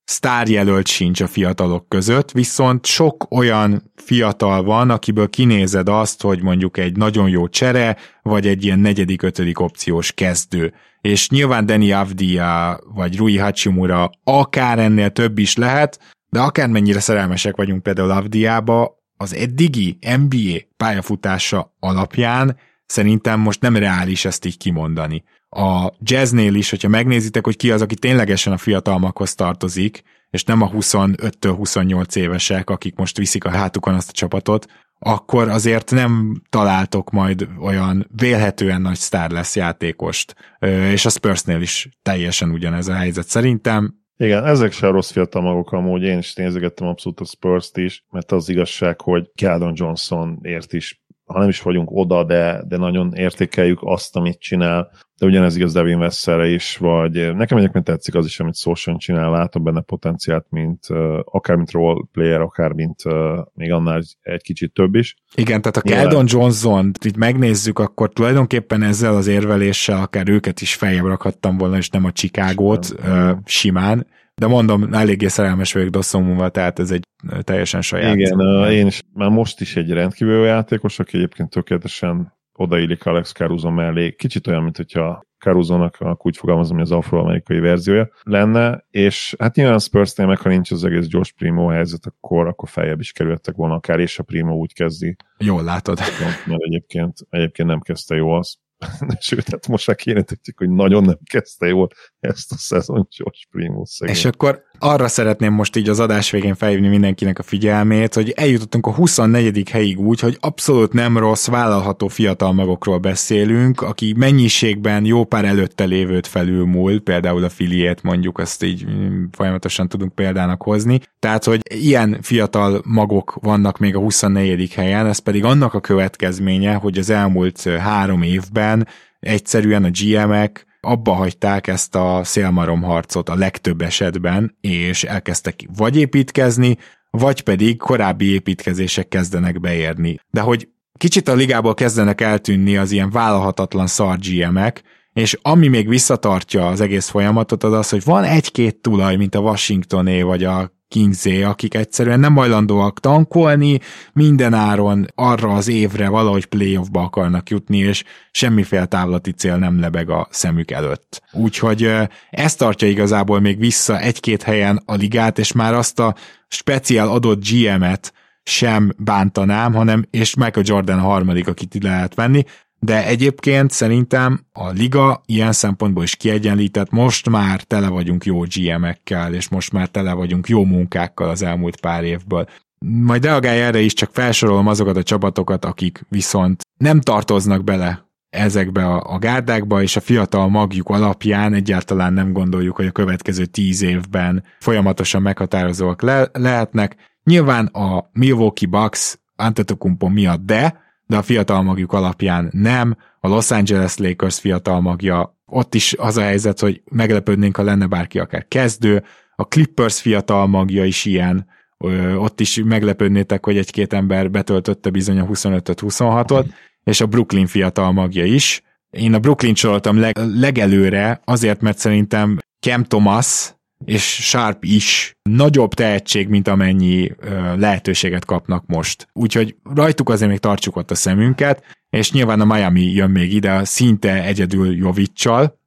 sztárjelölt sincs a fiatalok között, viszont sok olyan fiatal van, akiből kinézed azt, hogy mondjuk egy nagyon jó csere, vagy egy ilyen 4.-5. opciós kezdő. És nyilván Deni Avdija, vagy Rui Hachimura akár ennél több is lehet, de akármennyire szerelmesek vagyunk például Avdijába, az eddigi NBA pályafutása alapján szerintem most nem reális ezt így kimondani. A Jazznél is, hogyha megnézitek, hogy ki az, aki ténylegesen a fiatalmakhoz tartozik, és nem a 25-től 28 évesek, akik most viszik a hátukon azt a csapatot, akkor azért nem találtok majd olyan vélhetően nagy sztár lesz játékost. És a Spursnél is teljesen ugyanez a helyzet szerintem. Igen, ezek sem rossz fiatal maguk amúgy, én is nézegettem abszolút a Spurs-t is, mert az igazság, hogy Keldon Johnsonért is, ha nem is vagyunk oda, de nagyon értékeljük azt, amit csinál, de ugyanez igaz Devin Vassellre is, vagy nekem egyébként tetszik az is, amit Sochan csinál, látom benne potenciált, mint akár mint role player, akár mint még annál egy kicsit több is. Igen, tehát a Keldon Johnson-t így megnézzük, akkor tulajdonképpen ezzel az érveléssel akár őket is feljebb rakhattam volna, és nem a Chicagót simán. De mondom, eléggé szerelmes vagyok Dossonmúval, tehát ez egy teljesen saját. Igen, én is, már most is egy rendkívül játékos, aki egyébként tökéletesen odaillik Alex Caruso mellé. Kicsit olyan, mint hogyha Caruso-nak úgy fogalmazom, hogy az afroamerikai verziója lenne, és hát nyilván Spursnél meg, ha nincs az egész Josh Primo helyzet, akkor feljebb is kerültek volna akár, és a Primo úgy kezdi. Jól látod. Mert egyébként nem kezdte jól az. Sőt, hát most már kéne tudjuk, hogy nagyon nem kezdte jól ezt a szezon Josh Primo szegény. És akkor arra szeretném most így az adás végén felhívni mindenkinek a figyelmét, hogy eljutottunk a 24. helyig úgy, hogy abszolút nem rossz, vállalható fiatal magokról beszélünk, aki mennyiségben jó pár előtte lévőt felülmúl, például a Filiét mondjuk, azt így folyamatosan tudunk példának hozni. Tehát, hogy ilyen fiatal magok vannak még a 24. helyen, ez pedig annak a következménye, hogy az elmúlt 3 évben egyszerűen a GM-ek abba hagyták ezt a szélmalomharcot a legtöbb esetben, és elkezdtek vagy építkezni, vagy pedig korábbi építkezések kezdenek beérni. De hogy kicsit a ligából kezdenek eltűnni az ilyen vállalhatatlan szar GM-ek, és ami még visszatartja az egész folyamatot, az az, hogy van egy-két tulaj, mint a Washingtoné vagy a Kingsley, akik egyszerűen nem hajlandóak tankolni, minden áron arra az évre valahogy playoffba akarnak jutni, és semmiféle távlati cél nem lebeg a szemük előtt. Úgyhogy ez tartja igazából még vissza egy-két helyen a ligát, és már azt a speciál adott GM-et sem bántanám, hanem, és Michael Jordan a harmadik, akit ide lehet venni, de egyébként szerintem a liga ilyen szempontból is kiegyenlített, most már tele vagyunk jó GM-ekkel, és most már tele vagyunk jó munkákkal az elmúlt pár évből. Majd reagálj erre is, csak felsorolom azokat a csapatokat, akik viszont nem tartoznak bele ezekbe a gárdákba, és a fiatal magjuk alapján egyáltalán nem gondoljuk, hogy a következő 10 évben folyamatosan meghatározóak lehetnek. Nyilván a Milwaukee Bucks Antetokounmpo miatt de a fiatal magjuk alapján nem, a Los Angeles Lakers fiatal magja, ott is az a helyzet, hogy meglepődnénk, ha lenne bárki akár kezdő, a Clippers fiatal magja is ilyen, ott is meglepődnétek, hogy egy-két ember betöltötte bizony a 25-öt, 26-ot, és a Brooklyn fiatal magja is. Én a Brooklyn soroltam legelőre, azért, mert szerintem Cam Thomas és Sharp is nagyobb tehetség, mint amennyi lehetőséget kapnak most. Úgyhogy rajtuk azért még tartsuk ott a szemünket, és nyilván a Miami jön még ide, szinte egyedül Jovic-csal,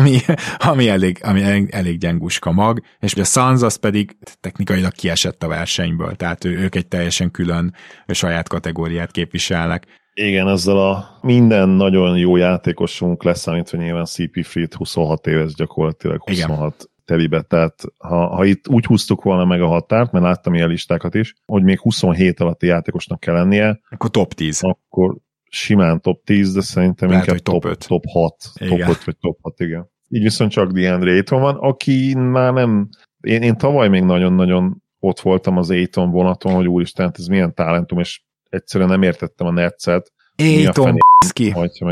ami elég gyenguska mag, és a Suns az pedig technikailag kiesett a versenyből, tehát ők egy teljesen külön saját kategóriát képviselnek. Igen, ezzel a minden nagyon jó játékosunk leszámítva nyilván CP3-t 26 éves gyakorlatilag 26 igen. Telibe, tehát ha itt úgy húztuk volna meg a határt, mert láttam ilyen listákat is, hogy még 27 alatti játékosnak kell lennie, akkor top 10. Akkor simán top 10, de szerintem lehet, inkább top 6. Top 5 vagy top 6, igen. Így viszont csak DeAndre Ayton van, aki már nem... Én tavaly még nagyon-nagyon ott voltam az Ayton vonaton, hogy úristen, ez milyen talentum, és egyszerűen nem értettem a Netszet. Ayton ki.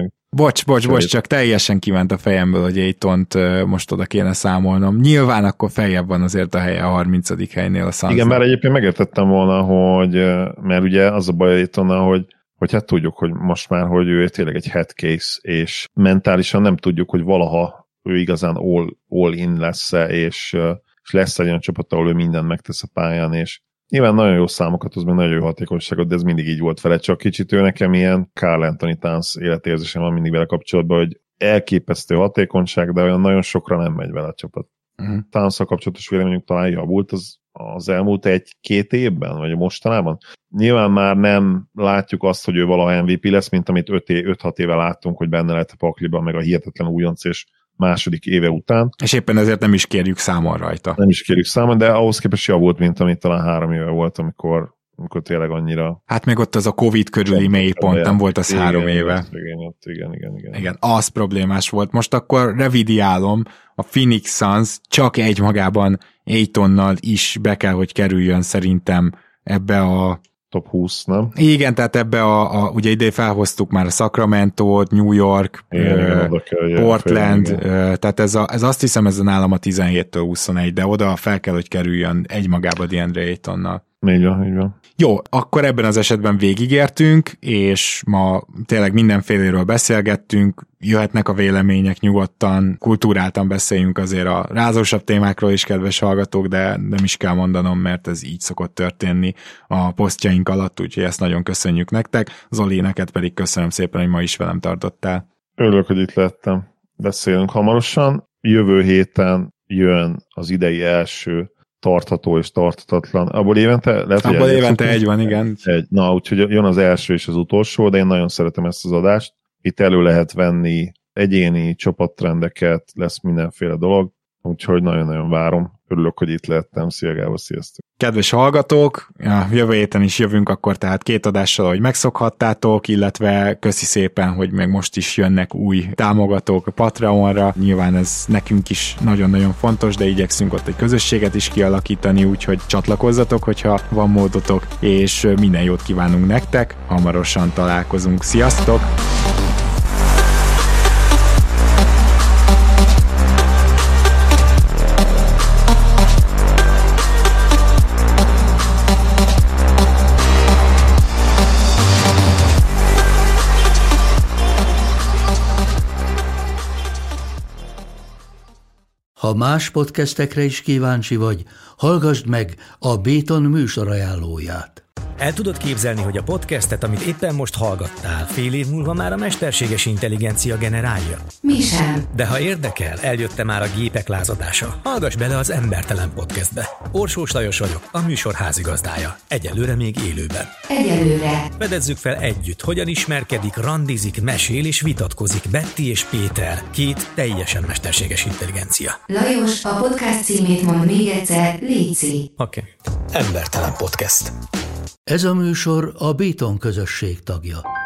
Bocs, csak teljesen kiment a fejemből, hogy Aytont most oda kéne számolnom. Nyilván akkor feljebb van azért a helye a 30. helynél a Suns. Igen, mert egyébként megértettem volna, hogy mert ugye az a baj Aytonnal, hogy hát tudjuk, hogy most már, hogy ő tényleg egy head case, és mentálisan nem tudjuk, hogy valaha ő igazán all in lesz-e, és és lesz egy olyan csapat, ahol ő mindent megtesz a pályán, és nyilván nagyon jó számokat hoz, meg nagyon jó hatékonyságot, de ez mindig így volt vele, csak kicsit ő nekem ilyen Karl Anthony Towns életérzésem van mindig vele kapcsolatban, hogy elképesztő hatékonyság, de olyan nagyon sokra nem megy vele a csapat. Towns-szal kapcsolatos véleményünk talán javult az elmúlt 1-2 évben, vagy mostanában. Nyilván már nem látjuk azt, hogy ő valaha MVP lesz, mint amit 5-6 éve láttunk, hogy benne lehet a pakliban, meg a hihetetlen újonc és második éve után. És éppen ezért nem is kérjük számon rajta. Nem is kérjük számon, de ahhoz képest javult, mint amit talán 3 éve volt, amikor tényleg annyira... Hát még ott az a Covid körüli mélypont, nem volt az 3 éve. Igen, az problémás volt. Most akkor revidiálom, a Phoenix Suns csak egymagában Aytonnal is be kell, hogy kerüljön szerintem ebbe a top 20, nem? Igen, tehát ebbe ugye ide felhoztuk már a Sacramento-t, New York, Portland, tehát ez azt hiszem, ez nálam a 17-től 21, de oda fel kell, hogy kerüljön egymagába DeAndre Aytonnal. Így van. Jó, akkor ebben az esetben végigértünk, és ma tényleg mindenféléről beszélgettünk, jöhetnek a vélemények nyugodtan, kultúráltan beszéljünk azért a rázósabb témákról is, kedves hallgatók, de nem is kell mondanom, mert ez így szokott történni a posztjaink alatt, úgyhogy ezt nagyon köszönjük nektek. Zoli, neked pedig köszönöm szépen, hogy ma is velem tartottál. Örülök, hogy itt lettem. Beszélünk hamarosan. Jövő héten jön az idei első tartható és tarthatatlan. Abból évente? Abból évente egy van, igen. Na, úgyhogy jön az első és az utolsó, de én nagyon szeretem ezt az adást. Itt elő lehet venni egyéni csapattrendeket, lesz mindenféle dolog, úgyhogy nagyon-nagyon várom. Örülök, hogy itt lehettem. Szia Gábor, sziasztok! Kedves hallgatók, jövő héten is jövünk akkor tehát 2 adással, ahogy megszokhattátok, illetve köszi szépen, hogy meg most is jönnek új támogatók a Patreonra. Nyilván ez nekünk is nagyon-nagyon fontos, de igyekszünk ott egy közösséget is kialakítani, úgyhogy csatlakozzatok, hogyha van módotok, és minden jót kívánunk nektek. Hamarosan találkozunk. Sziasztok! Ha más podcastekre is kíváncsi vagy, hallgassd meg a Béton műsor ajánlóját. El tudod képzelni, hogy a podcastet, amit éppen most hallgattál, fél év múlva már a mesterséges intelligencia generálja? Mi sem. De ha érdekel, eljött már a gépek lázadása. Hallgass bele az Embertelen Podcastbe. Orsós Lajos vagyok, a műsor házigazdája. Egyelőre még élőben. Egyelőre. Fedezzük fel együtt, hogyan ismerkedik, randizik, mesél és vitatkozik Betty és Péter, 2 teljesen mesterséges intelligencia. Lajos, a podcast címét mond még egyszer, léci. Oké. Embertelen Podcast. Ez a műsor a Béton közösség tagja.